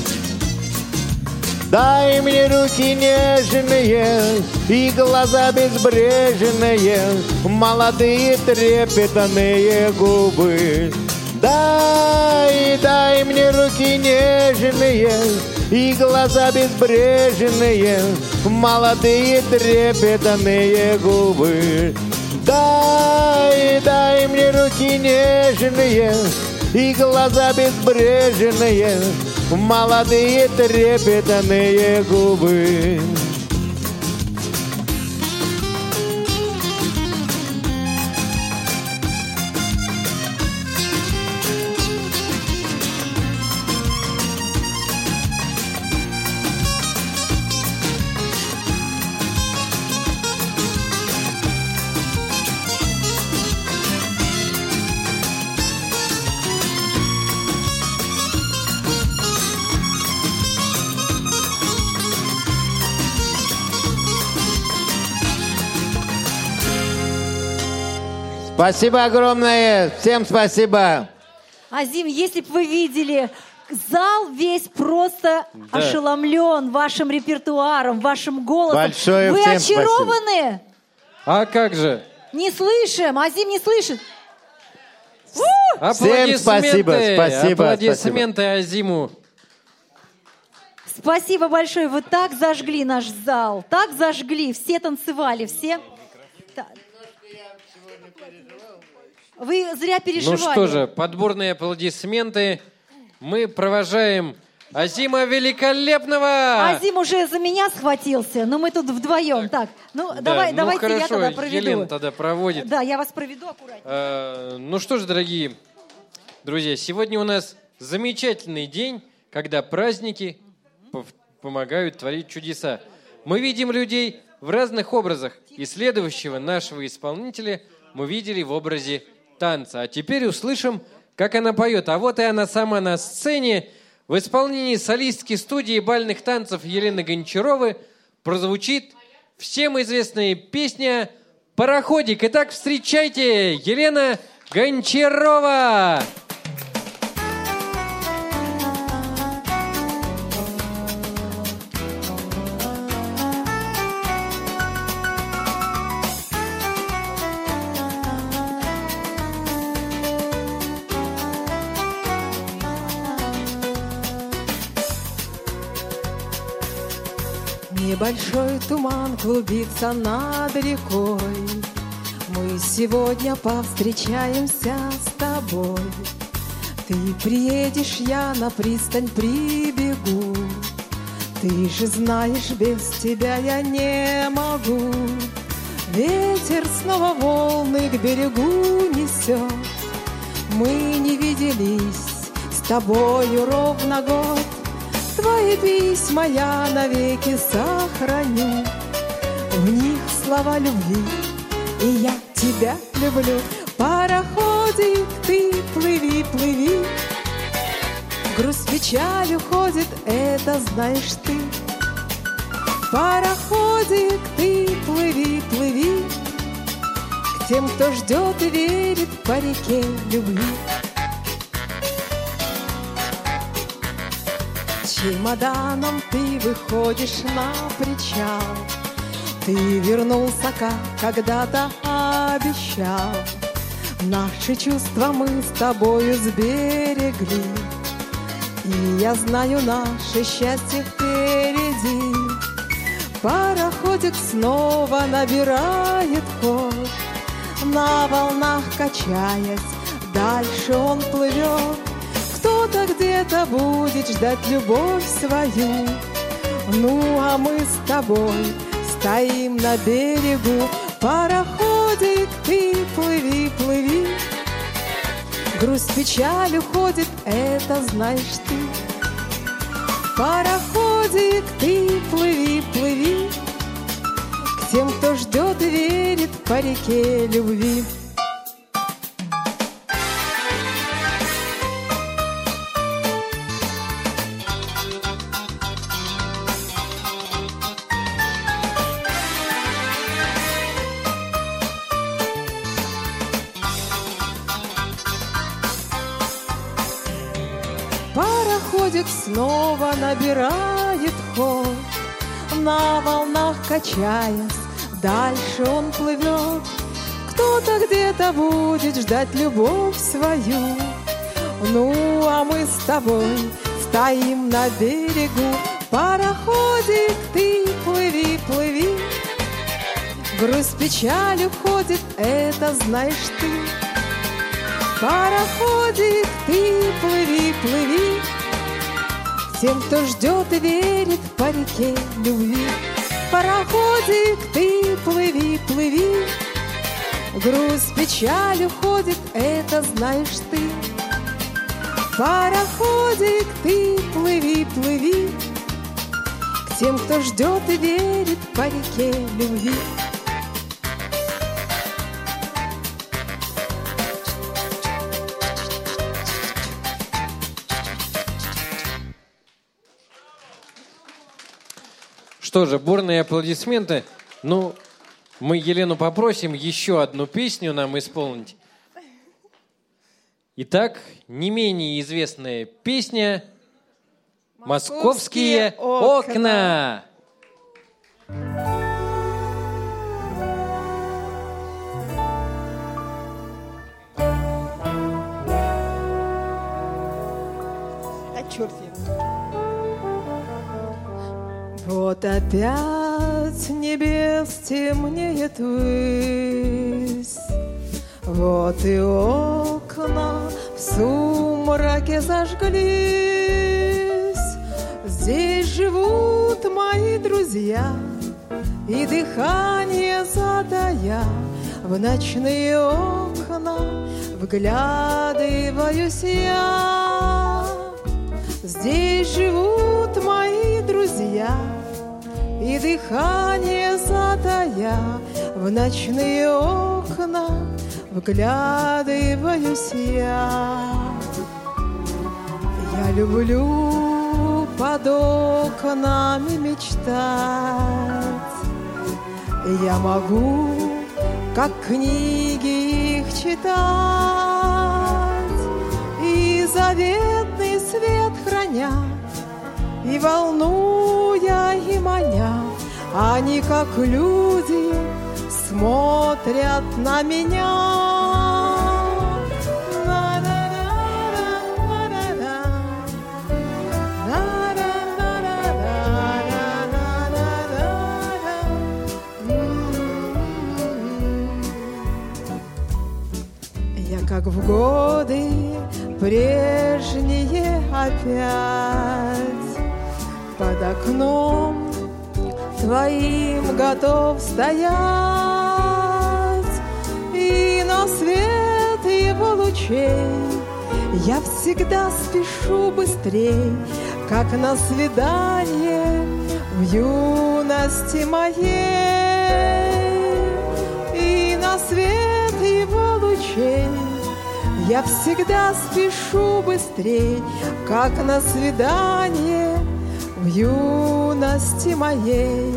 Дай мне руки нежные и глаза безбрежные, молодые трепетные губы. Дай, дай мне руки нежные и глаза безбрежные, молодые трепетные губы. Дай, дай мне руки нежные и глаза безбрежные, молодые трепетные губы. Спасибо огромное. Всем спасибо. Азим, если бы вы видели, зал весь просто да. ошеломлен вашим репертуаром, вашим голосом. Большое вы всем очарованы? Спасибо. А как же? Не слышим. Азим не слышит. Аплодисменты. Всем спасибо. Спасибо. Аплодисменты спасибо. Азиму. Спасибо большое. Вы так зажгли наш зал. Так зажгли. Все танцевали. Все... Вы зря переживали. Ну что же, подборные аплодисменты. Мы провожаем Азима Великолепного. Азим уже за меня схватился, но мы тут вдвоем. Так, ну да, давай, ну давайте хорошо, я тогда проведу. Елена тогда проводит. Да, я вас проведу аккуратнее. А, ну что ж, дорогие друзья, сегодня у нас замечательный день, когда праздники помогают творить чудеса. Мы видим людей в разных образах, и следующего нашего исполнителя мы видели в образе танца. А теперь услышим, как она поет. А вот и она сама на сцене. В исполнении солистки студии бальных танцев Елены Гончаровой прозвучит всем известная песня «Пароходик». Итак, встречайте, Елена Гончарова! Небольшой туман клубится над рекой. Мы сегодня повстречаемся с тобой. Ты приедешь, я на пристань прибегу. Ты же знаешь, без тебя я не могу. Ветер снова волны к берегу несет. Мы не виделись с тобою ровно год. Твои письма я навеки сохраню. В них слова любви, и я тебя люблю. Пароходик, ты плыви, плыви. Грусть, печаль уходит, это знаешь ты. Пароходик, ты плыви, плыви к тем, кто ждет и верит по реке любви. Чемоданом ты выходишь на причал. Ты вернулся, как когда-то обещал. Наши чувства мы с тобою сберегли, и я знаю, наше счастье впереди. Пароходик снова набирает ход. На волнах качаясь, дальше он плывет. Кто-то где-то будет ждать любовь свою. Ну, а мы с тобой стоим на берегу. Пароходик, ты плыви, плыви. Грусть, печаль уходит, это знаешь ты. Пароходик, ты плыви, плыви к тем, кто ждет и верит по реке любви. Пароходик снова набирает ход. На волнах качаясь, дальше он плывет. Кто-то где-то будет ждать любовь свою. Ну, а мы с тобой стоим на берегу. Пароходик, ты плыви, плыви. Грусть, печаль уходит, это знаешь ты. Пароходик, ты плыви, плыви. К тем, кто ждет и верит по реке любви. Пароходик, ты плыви, плыви. Грусть, печаль уходит, это знаешь ты. Пароходик, ты плыви, плыви. К тем, кто ждет и верит по реке любви. Что же, бурные аплодисменты. Ну, мы Елену попросим еще одну песню нам исполнить. Итак, не менее известная песня «Московские окна». А черт я. Вот опять небес темнеет высь, вот и окна в сумраке зажглись. Здесь живут мои друзья, и дыхание задая в ночные окна вглядываюсь я. Здесь живут мои друзья, и дыхание задая в ночные окна вглядываюсь я. Я люблю под окнами мечтать, я могу, как книги, их читать, и заветный свет храня, и волнуя, и маня, они, как люди, смотрят на меня. Я, как в годы прежние, опять под окном твоим готов стоять, и на свет его лучей я всегда спешу быстрей, как на свидание в юности моей. И на свет его лучей я всегда спешу быстрей, как на свидание в юности моей.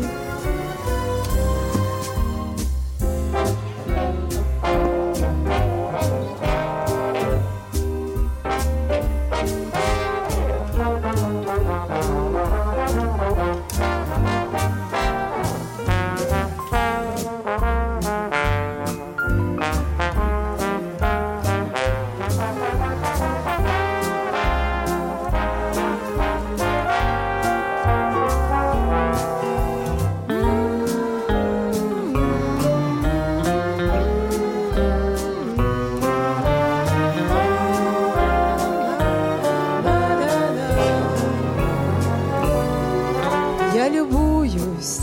Я любуюсь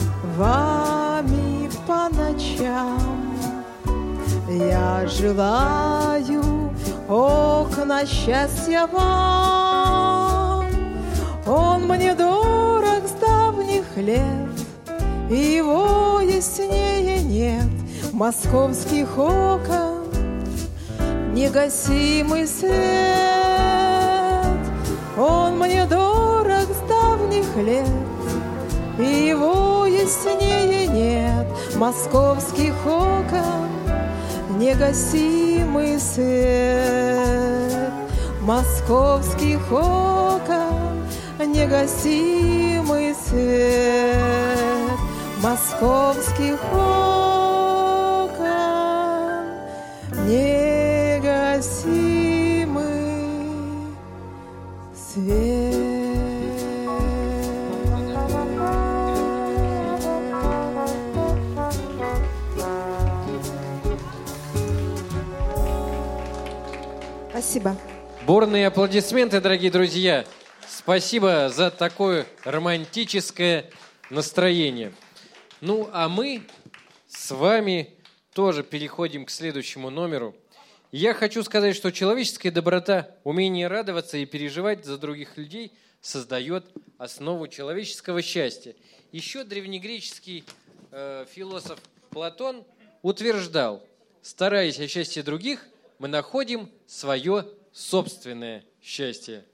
вами по ночам, я желаю окна счастья вам. Он мне дорог с давних лет, и его яснее нет. Московских окон негасимый свет. Он мне дорог с давних лет, и его яснее нет. Московских окон негасимый свет. Московских окон негасимый свет. Московских окон негасимый Спасибо. Бурные аплодисменты, дорогие друзья. Спасибо за такое романтическое настроение. Ну, а мы с вами тоже переходим к следующему номеру. Я хочу сказать, что человеческая доброта, умение радоваться и переживать за других людей создает основу человеческого счастья. Еще древнегреческий э, философ Платон утверждал: стараясь о счастье других, мы находим свое собственное счастье.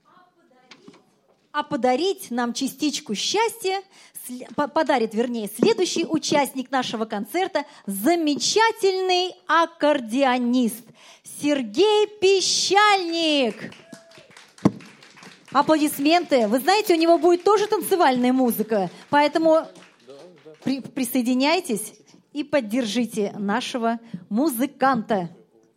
А подарить нам частичку счастья подарит, вернее, следующий участник нашего концерта, замечательный аккордеонист Сергей Пищальник. Аплодисменты. Вы знаете, у него будет тоже танцевальная музыка, поэтому при, присоединяйтесь и поддержите нашего музыканта.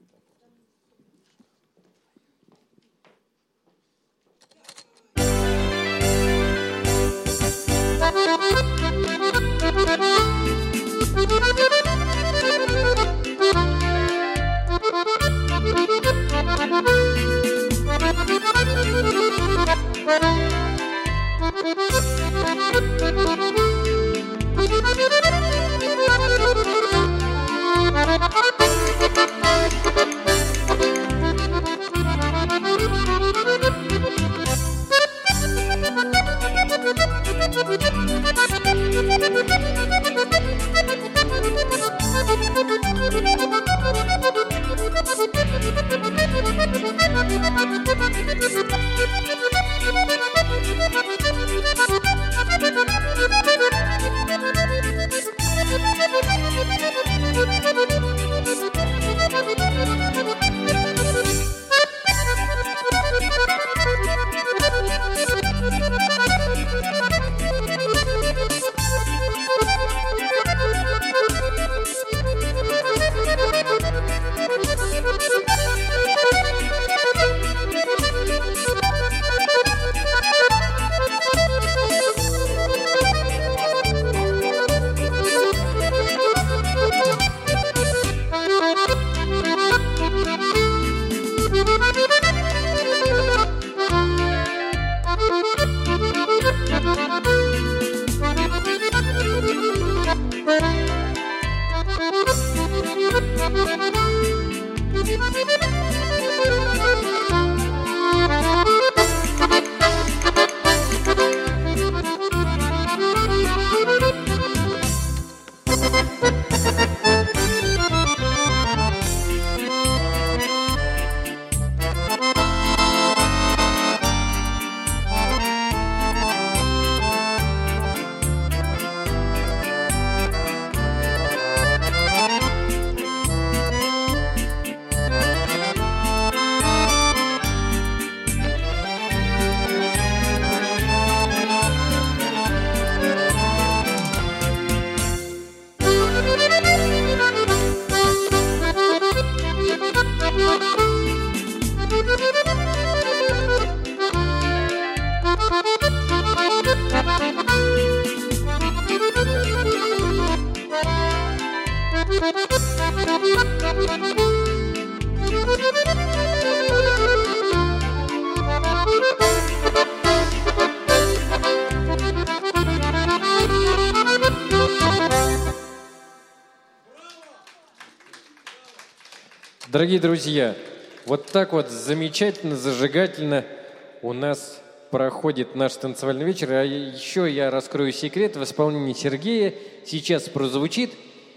Дорогие друзья, вот так вот замечательно, зажигательно у нас проходит наш танцевальный вечер. А еще я раскрою секрет: в исполнении Сергея сейчас прозвучит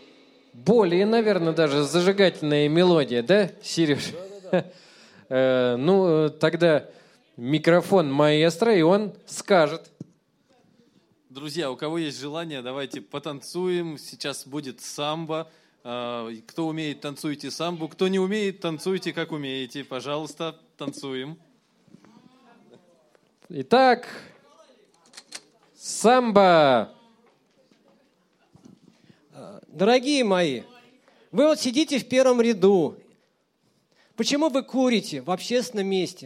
более, наверное, даже зажигательная мелодия, да, Сереж? Да-да-да. Ну, тогда микрофон маэстро, и он скажет. Друзья, у кого есть желание, давайте потанцуем. Сейчас будет самбо. Кто умеет, танцуйте самбу. Кто не умеет, танцуйте, как умеете. Пожалуйста, танцуем. Итак, самбо. Дорогие мои, вы вот сидите в первом ряду. Почему вы курите в общественном месте?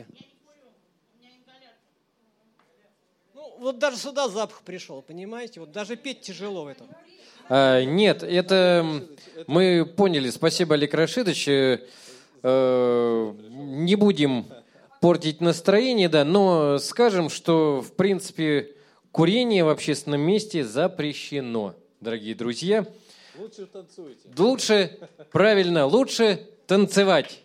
Ну, вот даже сюда запах пришел, понимаете? Вот даже петь тяжело в этом. А, нет, это мы поняли. Спасибо, Олег Рашидович. э, не будем портить настроение, да, но скажем, что, в принципе, курение в общественном месте запрещено, дорогие друзья. Лучше танцуйте. Лучше, правильно, лучше танцевать.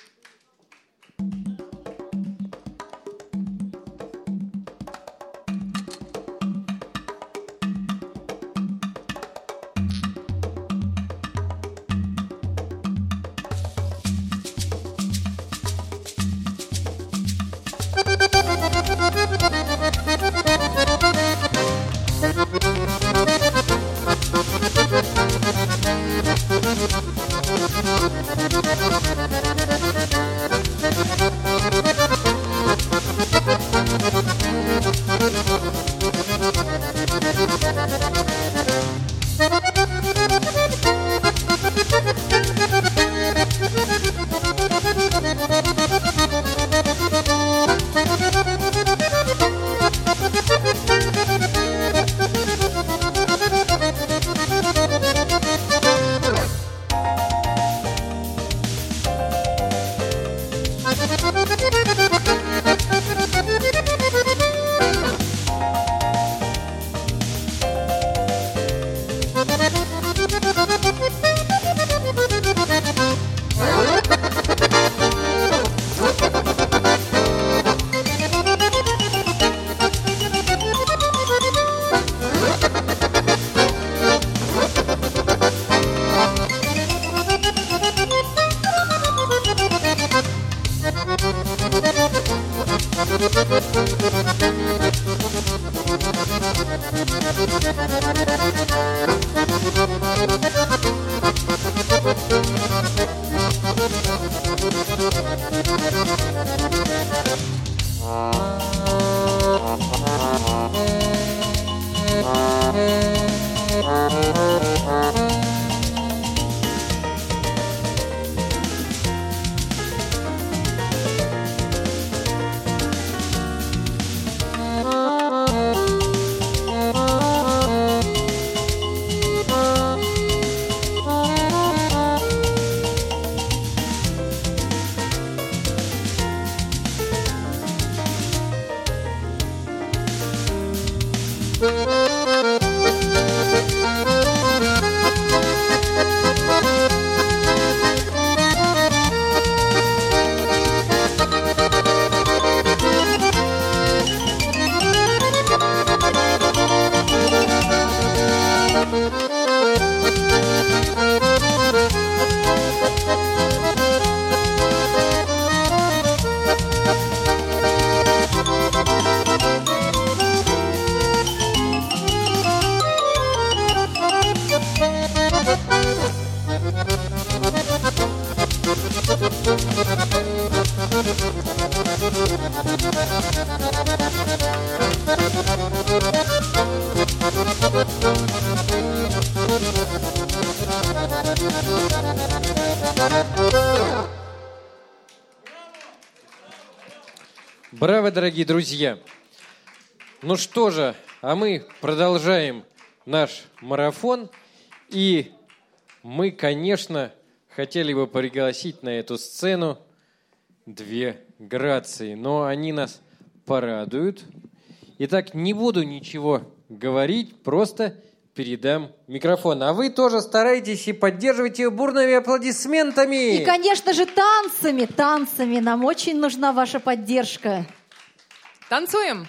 Браво, дорогие друзья! Ну что же, а мы продолжаем наш марафон. И мы, конечно, хотели бы пригласить на эту сцену две грации, но они нас порадуют. Итак, не буду ничего говорить, просто передам микрофон. А вы тоже старайтесь и поддерживайте бурными аплодисментами. И, конечно же, танцами, танцами. Нам очень нужна ваша поддержка. Танцуем!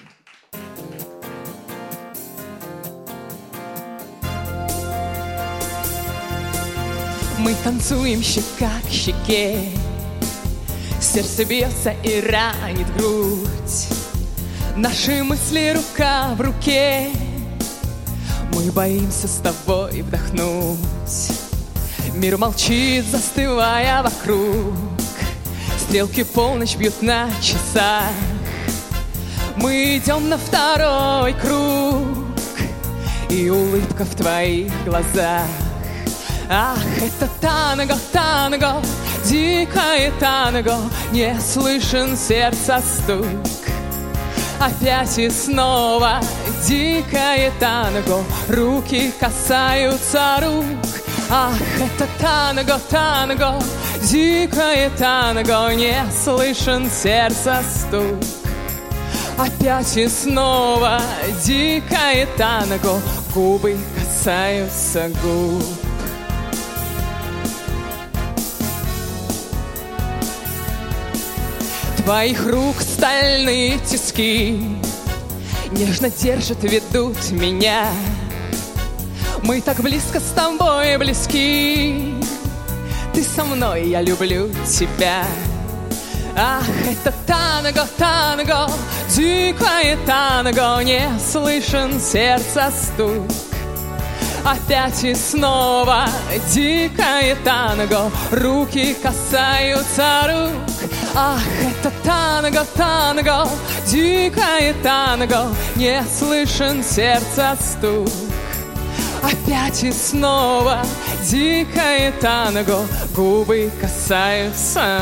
Мы танцуем щека к щеке, сердце бьется и ранит грудь, наши мысли рука в руке. Мы боимся с тобой вдохнуть. Мир молчит, застывая вокруг. Стрелки полночь бьют на часах. Мы идем на второй круг, и улыбка в твоих глазах. Ах, это танго, танго, дикое танго, не слышен сердца стук. Опять и снова дикое танго, руки касаются рук. Ах, это танго, танго, дикое танго, не слышен сердца стук. Опять и снова дикое танго, губы касаются губ. Твоих рук стальные тиски нежно держат, ведут меня. Мы так близко с тобой близки. Ты со мной, я люблю тебя. Ах, это танго, танго, дикое танго, не слышен сердца стук. Опять и снова дикое танго, руки касаются рук. Ах, это танго, танго, дикое танго, не слышен сердца стук. Опять и снова дикое танго, губы касаются.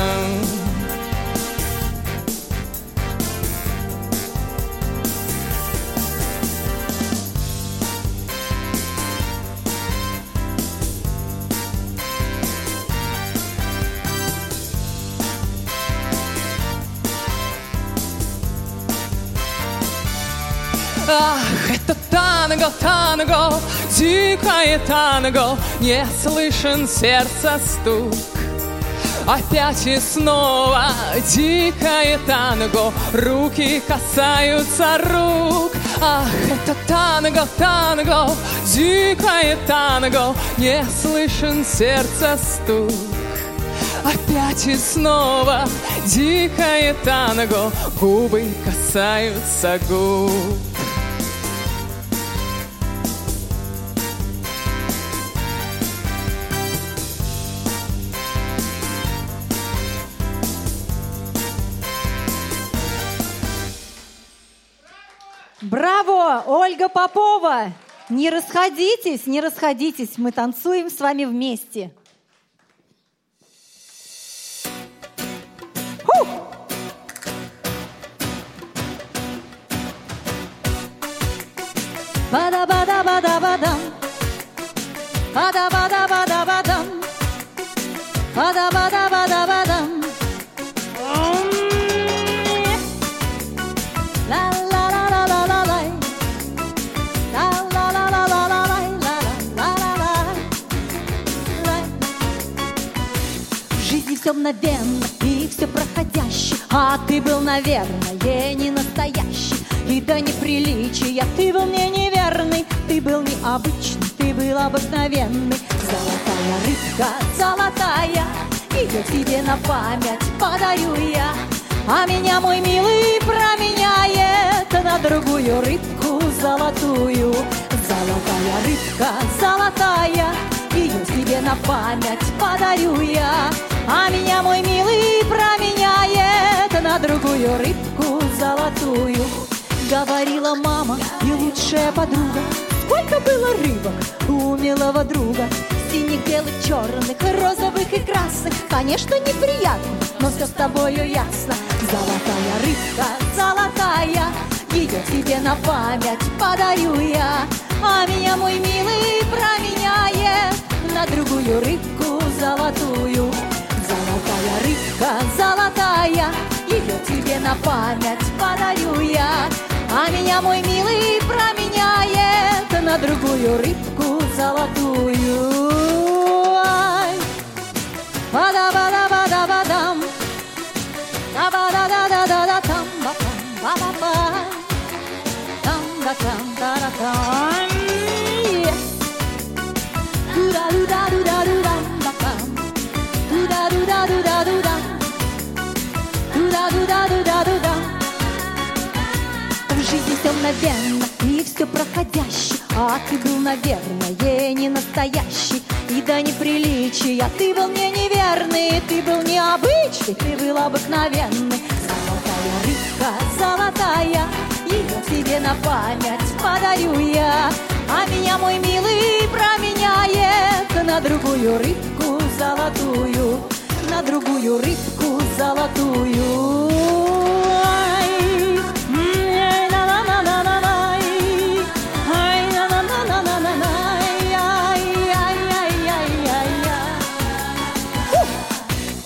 Ах, это танго, танго, дикое танго, не слышен сердца стук. Опять и снова дикое танго, руки касаются рук. Ах, это танго, танго, дикое танго, не слышен сердца стук. Опять и снова дикое танго, губы касаются губ. Браво, Ольга Попова! Не расходитесь, не расходитесь, мы танцуем с вами вместе. Фу! Бада-бада-бада-бадам, бада-бада-бада-бадам, бада-бада-бада-бадам. Все мгновенно и все проходящее, а ты был, наверное, не настоящий. И до неприличия ты был мне неверный, ты был необычный, ты был обыкновенный. Золотая рыбка, золотая, ее тебе на память подарю я. А меня мой милый променяет на другую рыбку золотую. Золотая рыбка, золотая, ее тебе на память подарю я. А меня мой милый променяет на другую рыбку золотую. Говорила мама и лучшая подруга, сколько было рыбок у милого друга. Синих, белых, черных, розовых и красных. Конечно, неприятно, но все с тобою ясно. Золотая рыбка, золотая, ее тебе на память подарю я. А меня мой милый променяет на другую рыбку золотую. Золотая рыбка, золотая, ее тебе на память подарю я. А меня мой милый променяет на другую рыбку золотую. Ай. Бада-бада-бада-бадам, да-ба-да-да-да-да-там, ба-ба-ба, там-да-там-да-да-там. Ду-да-ду-да-ду-да-ду-дам, ба-бам. Ду-да-ду-да-ду-да-ду-да, ду-да-ду-да-ду-да-ду-да. В жизни все мгновенно и все проходящее, а ты был, наверное, не настоящий. И до неприличия ты был мне неверный, ты был необычный, ты был обыкновенный. Золотая рыбка, золотая, ее тебе на память подарю я. А меня мой милый променяет на другую рыбку золотую, на другую рыбку золотую. Ай, ай, на-на-на-на-на-на, ай, на-на-на-на-на-на, ай, ай, ай, ай, ай, ай.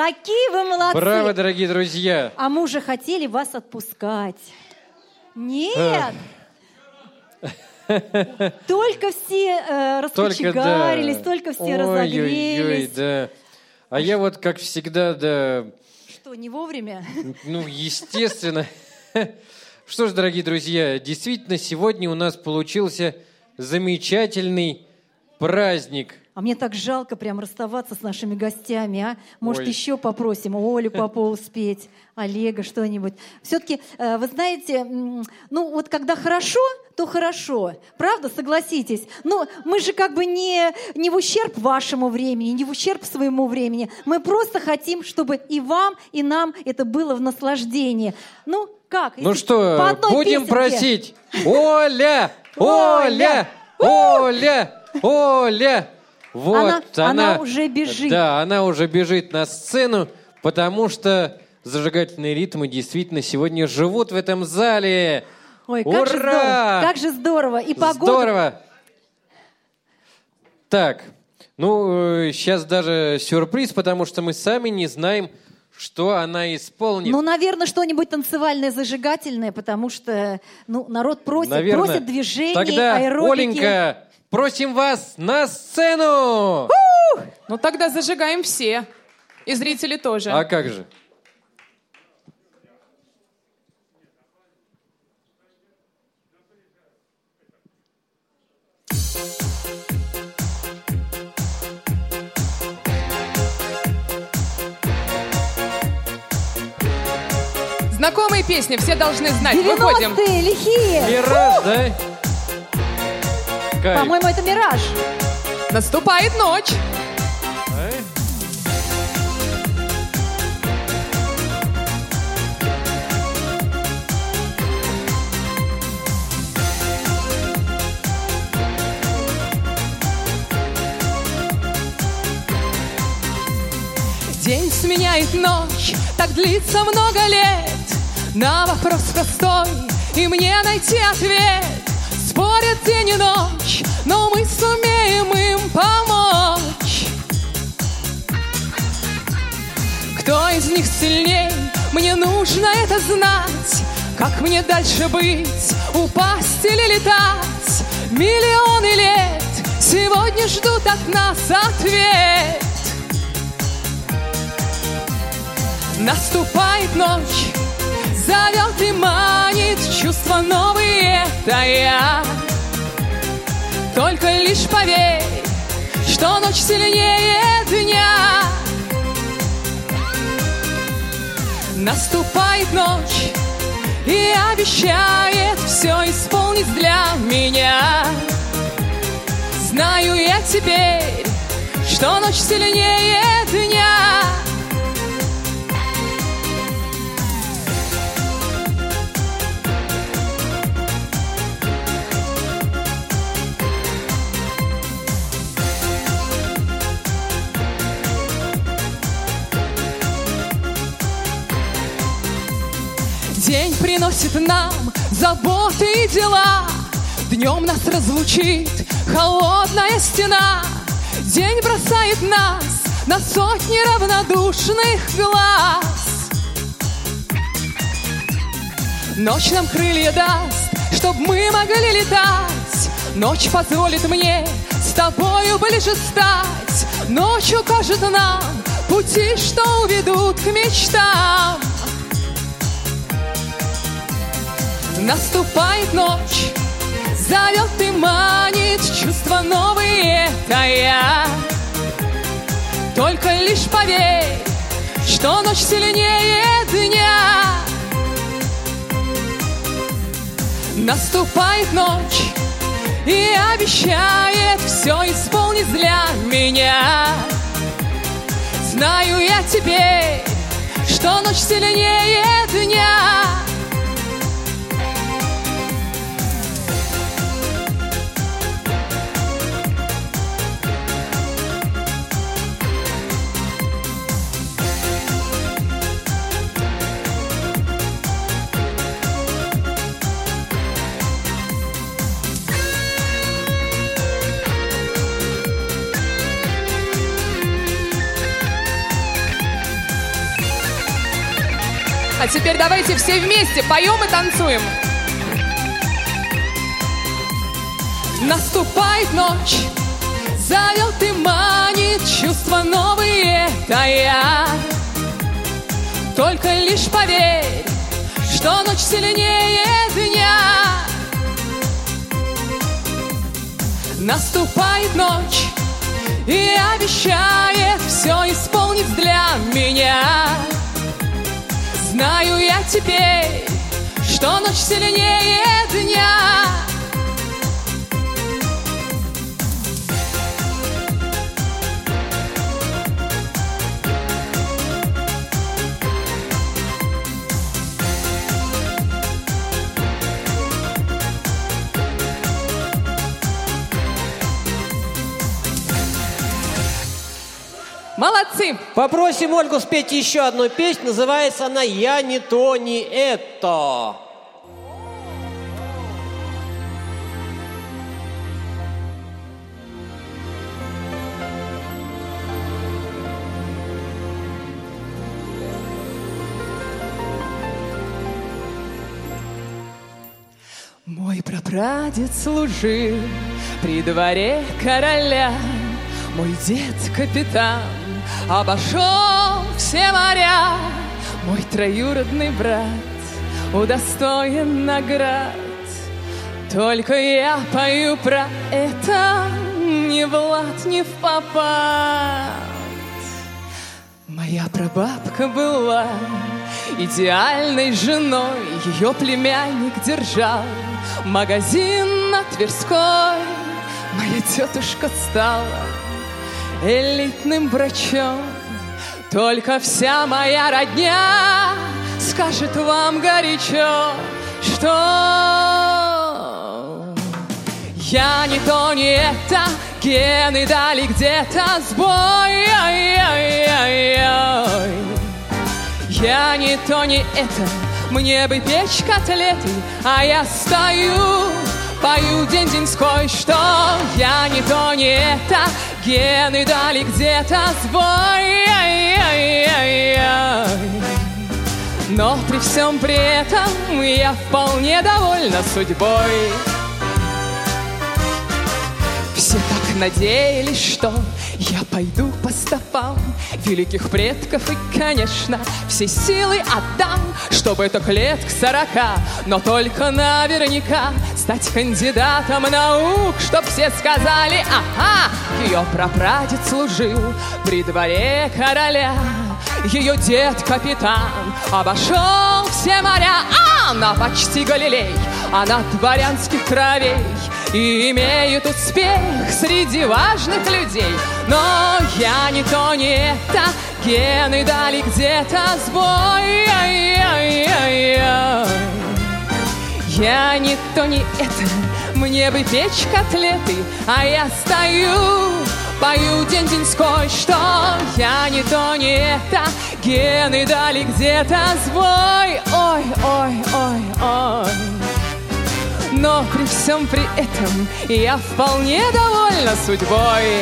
Какие вы молодцы! Браво, дорогие друзья! А мы уже хотели вас отпускать. Нет! Только все э, раскочегарились, только, да. только все разогрелись. Ой-ой-ой, да. А я вот, как всегда, да... Что, не вовремя? Ну, естественно. Что ж, дорогие друзья, действительно, сегодня у нас получился замечательный праздник. А мне так жалко прям расставаться с нашими гостями, а? Может, Ой. еще попросим Олю Попову спеть, Олега что-нибудь. Все-таки, вы знаете, ну вот когда хорошо, то хорошо. Правда, согласитесь? Но мы же как бы не, не в ущерб вашему времени, не в ущерб своему времени. Мы просто хотим, чтобы и вам, и нам это было в наслаждении. Ну, как? Ну Если что, будем песенке... просить. Оля! Оля! Оля! Оля! Вот она, она, она уже бежит. Да, она уже бежит на сцену, потому что зажигательные ритмы действительно сегодня живут в этом зале. Ой, Ура! как же здорово! Как же здорово! И погода... Здорово! Так, ну, сейчас даже сюрприз, потому что мы сами не знаем, что она исполнит. Ну, наверное, что-нибудь танцевальное, зажигательное, потому что ну, народ просит, Наверное. просит движений, Тогда, аэробики. Оленька, просим вас на сцену! У! Ну тогда зажигаем все. И зрители тоже. А как же? Знакомые песни, все должны знать. Выходим. девяностые, лихие. Мираж, да? Кайф. По-моему, это «Мираж». Наступает ночь. День сменяет ночь, так длится много лет. На вопрос простой, и мне найти ответ. Спорят день и ночь, но мы сумеем им помочь. Кто из них сильней, мне нужно это знать. Как мне дальше быть, упасть или летать? Миллионы лет сегодня ждут от нас ответ. Наступает ночь, зовет и манит чувства новые, это я. Только лишь поверь, что ночь сильнее дня. Наступает ночь и обещает все исполнить для меня. Знаю я теперь, что ночь сильнее дня. День приносит нам заботы и дела. Днем нас разлучит холодная стена. День бросает нас на сотни равнодушных глаз. Ночь нам крылья даст, чтоб мы могли летать. Ночь позволит мне с тобою ближе стать. Ночь укажет нам пути, что уведут к мечтам. Наступает ночь, зовет и манит чувства новые, это я. Только лишь поверь, что ночь сильнее дня. Наступает ночь и обещает все исполнить для меня. Знаю я теперь, что ночь сильнее дня. А теперь давайте все вместе поем и танцуем. Наступает ночь, зовет и манит чувства новые, это я. Только лишь поверь, что ночь сильнее дня. Наступает ночь и обещает все исполнить для меня. Знаю я теперь, что ночь сильнее дня. Молодцы! Попросим Ольгу спеть еще одну песню. Называется она «Я не то, не это». Мой прапрадед служил при дворе короля, мой дед капитан обошел все моря, мой троюродный брат удостоен наград. Только я пою про это ни в лад, ни в попад. Моя прабабка была идеальной женой, ее племянник держал магазин на Тверской. Моя тетушка стала элитным врачом. Только вся моя родня скажет вам горячо, что я не то, не это, гены дали где-то сбой. Ой-ой-ой-ой. Я не то, не это, мне бы печь котлеты, а я стою, пою день-деньской, что я не то, не это, гены дали где-то сбой. Но при всем при этом я вполне довольна судьбой. Все так надеялись, что я пойду по стопам великих предков и, конечно, все силы отдам, чтобы только лет к сорока, но только наверняка стать кандидатом наук, чтоб все сказали: ага, ее прапрадед служил при дворе короля, ее дед капитан обошел все моря, а она почти Галилей, она дворянских кровей и имеет успех среди важных людей. Но я не то, не это, гены дали где-то сбой. Я не то, не это, мне бы печь котлеты, а я стою, пою день-деньской, что я не то, не это, гены дали где-то сбой. Ой, ой, ой, ой. Но при всем при этом я вполне довольна судьбой.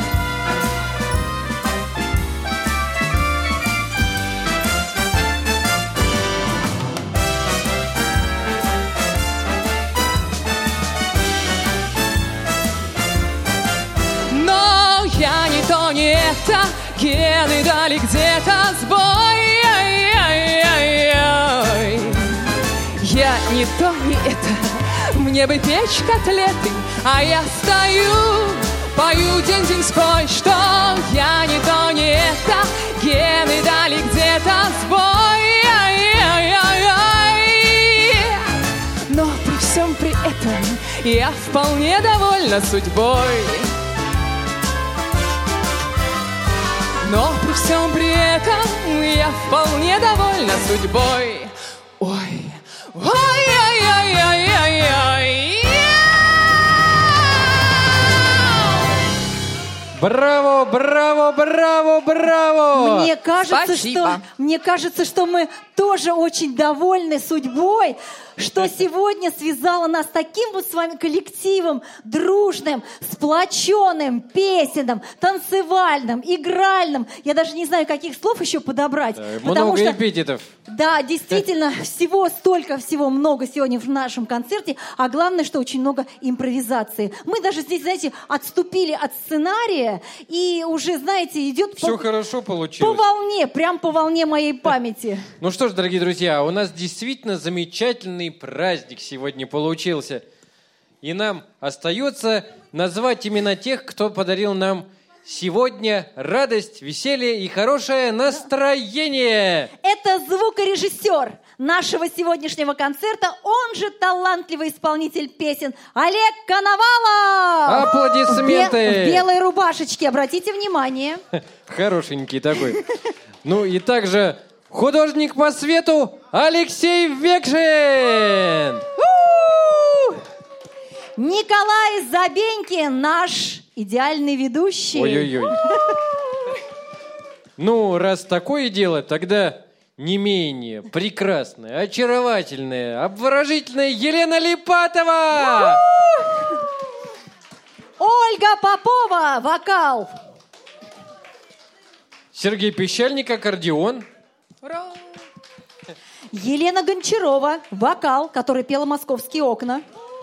Но я не то, не это, гены дали где-то сбой. Я не то, не это, мне бы печь котлеты, а я стою, пою день-деньской, что я не то, не это, гены дали где-то сбой. Но при всем при этом я вполне довольна судьбой. Но при всем при этом я вполне довольна судьбой. Ой, ой-ой-ой-ой-ой. Браво, Браво, браво, браво, браво! Мне кажется, Спасибо. что, мне кажется, что мы тоже очень довольны судьбой, что сегодня связала нас таким вот с вами коллективом, дружным, сплоченным, песенным, танцевальным, игральным. Я даже не знаю, каких слов еще подобрать. потому Много что, эпитетов. да, действительно, всего столько всего много сегодня в нашем концерте, а главное, что очень много импровизации. Мы даже здесь, знаете, отступили от сценария, и уже, знаете, идет Все по, хорошо по получилось. волне, прям по волне моей памяти. Ну что ж, дорогие друзья, у нас действительно замечательный праздник сегодня получился. И нам остается назвать имена тех, кто подарил нам сегодня радость, веселье и хорошее настроение. Это звукорежиссер нашего сегодняшнего концерта, он же талантливый исполнитель песен Олег Коновалов. Аплодисменты. В, бе- в белой рубашечке, обратите внимание. Хорошенький такой. Ну и также художник по свету Алексей Векшин. Николай Забенькин, наш идеальный ведущий. Ой-ой-ой. Ну, раз такое дело, тогда не менее прекрасная, очаровательная, обворожительная Елена Липатова. Ольга Попова, вокал. Сергей Пещальник, аккордеон. Ура! Елена Гончарова, вокал, который пела «Московские окна».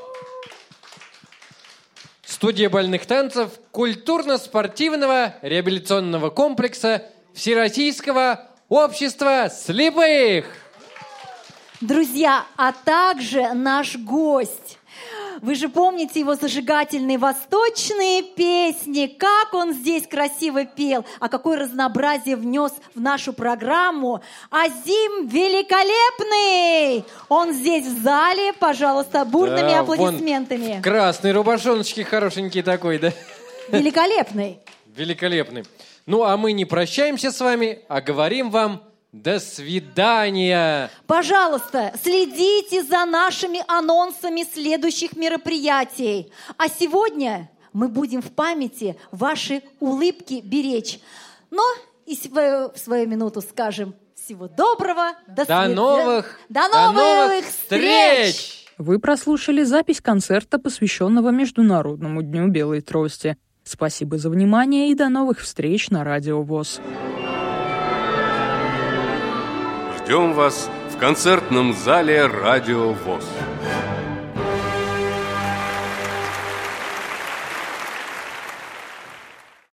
Студия бальных танцев культурно-спортивного реабилитационного комплекса Всероссийского общества слепых. Друзья, а также наш гость. Вы же помните его зажигательные восточные песни, как он здесь красиво пел, а какое разнообразие внес в нашу программу. Азим Великолепный! Он здесь в зале, пожалуйста, бурными Да, аплодисментами. вон красный рубашоночки хорошенький такой, да? Великолепный. Великолепный. Ну, а мы не прощаемся с вами, а говорим вам до свидания. Пожалуйста, следите за нашими анонсами следующих мероприятий. А сегодня мы будем в памяти ваши улыбки беречь. Но и свою, в свою минуту скажем всего доброго. До, До свид- новых, до до новых, новых встреч! встреч! Вы прослушали запись концерта, посвященного Международному дню Белой Трости. Спасибо за внимание и до новых встреч на Радио ВОС. Ждем вас в концертном зале Радио ВОС.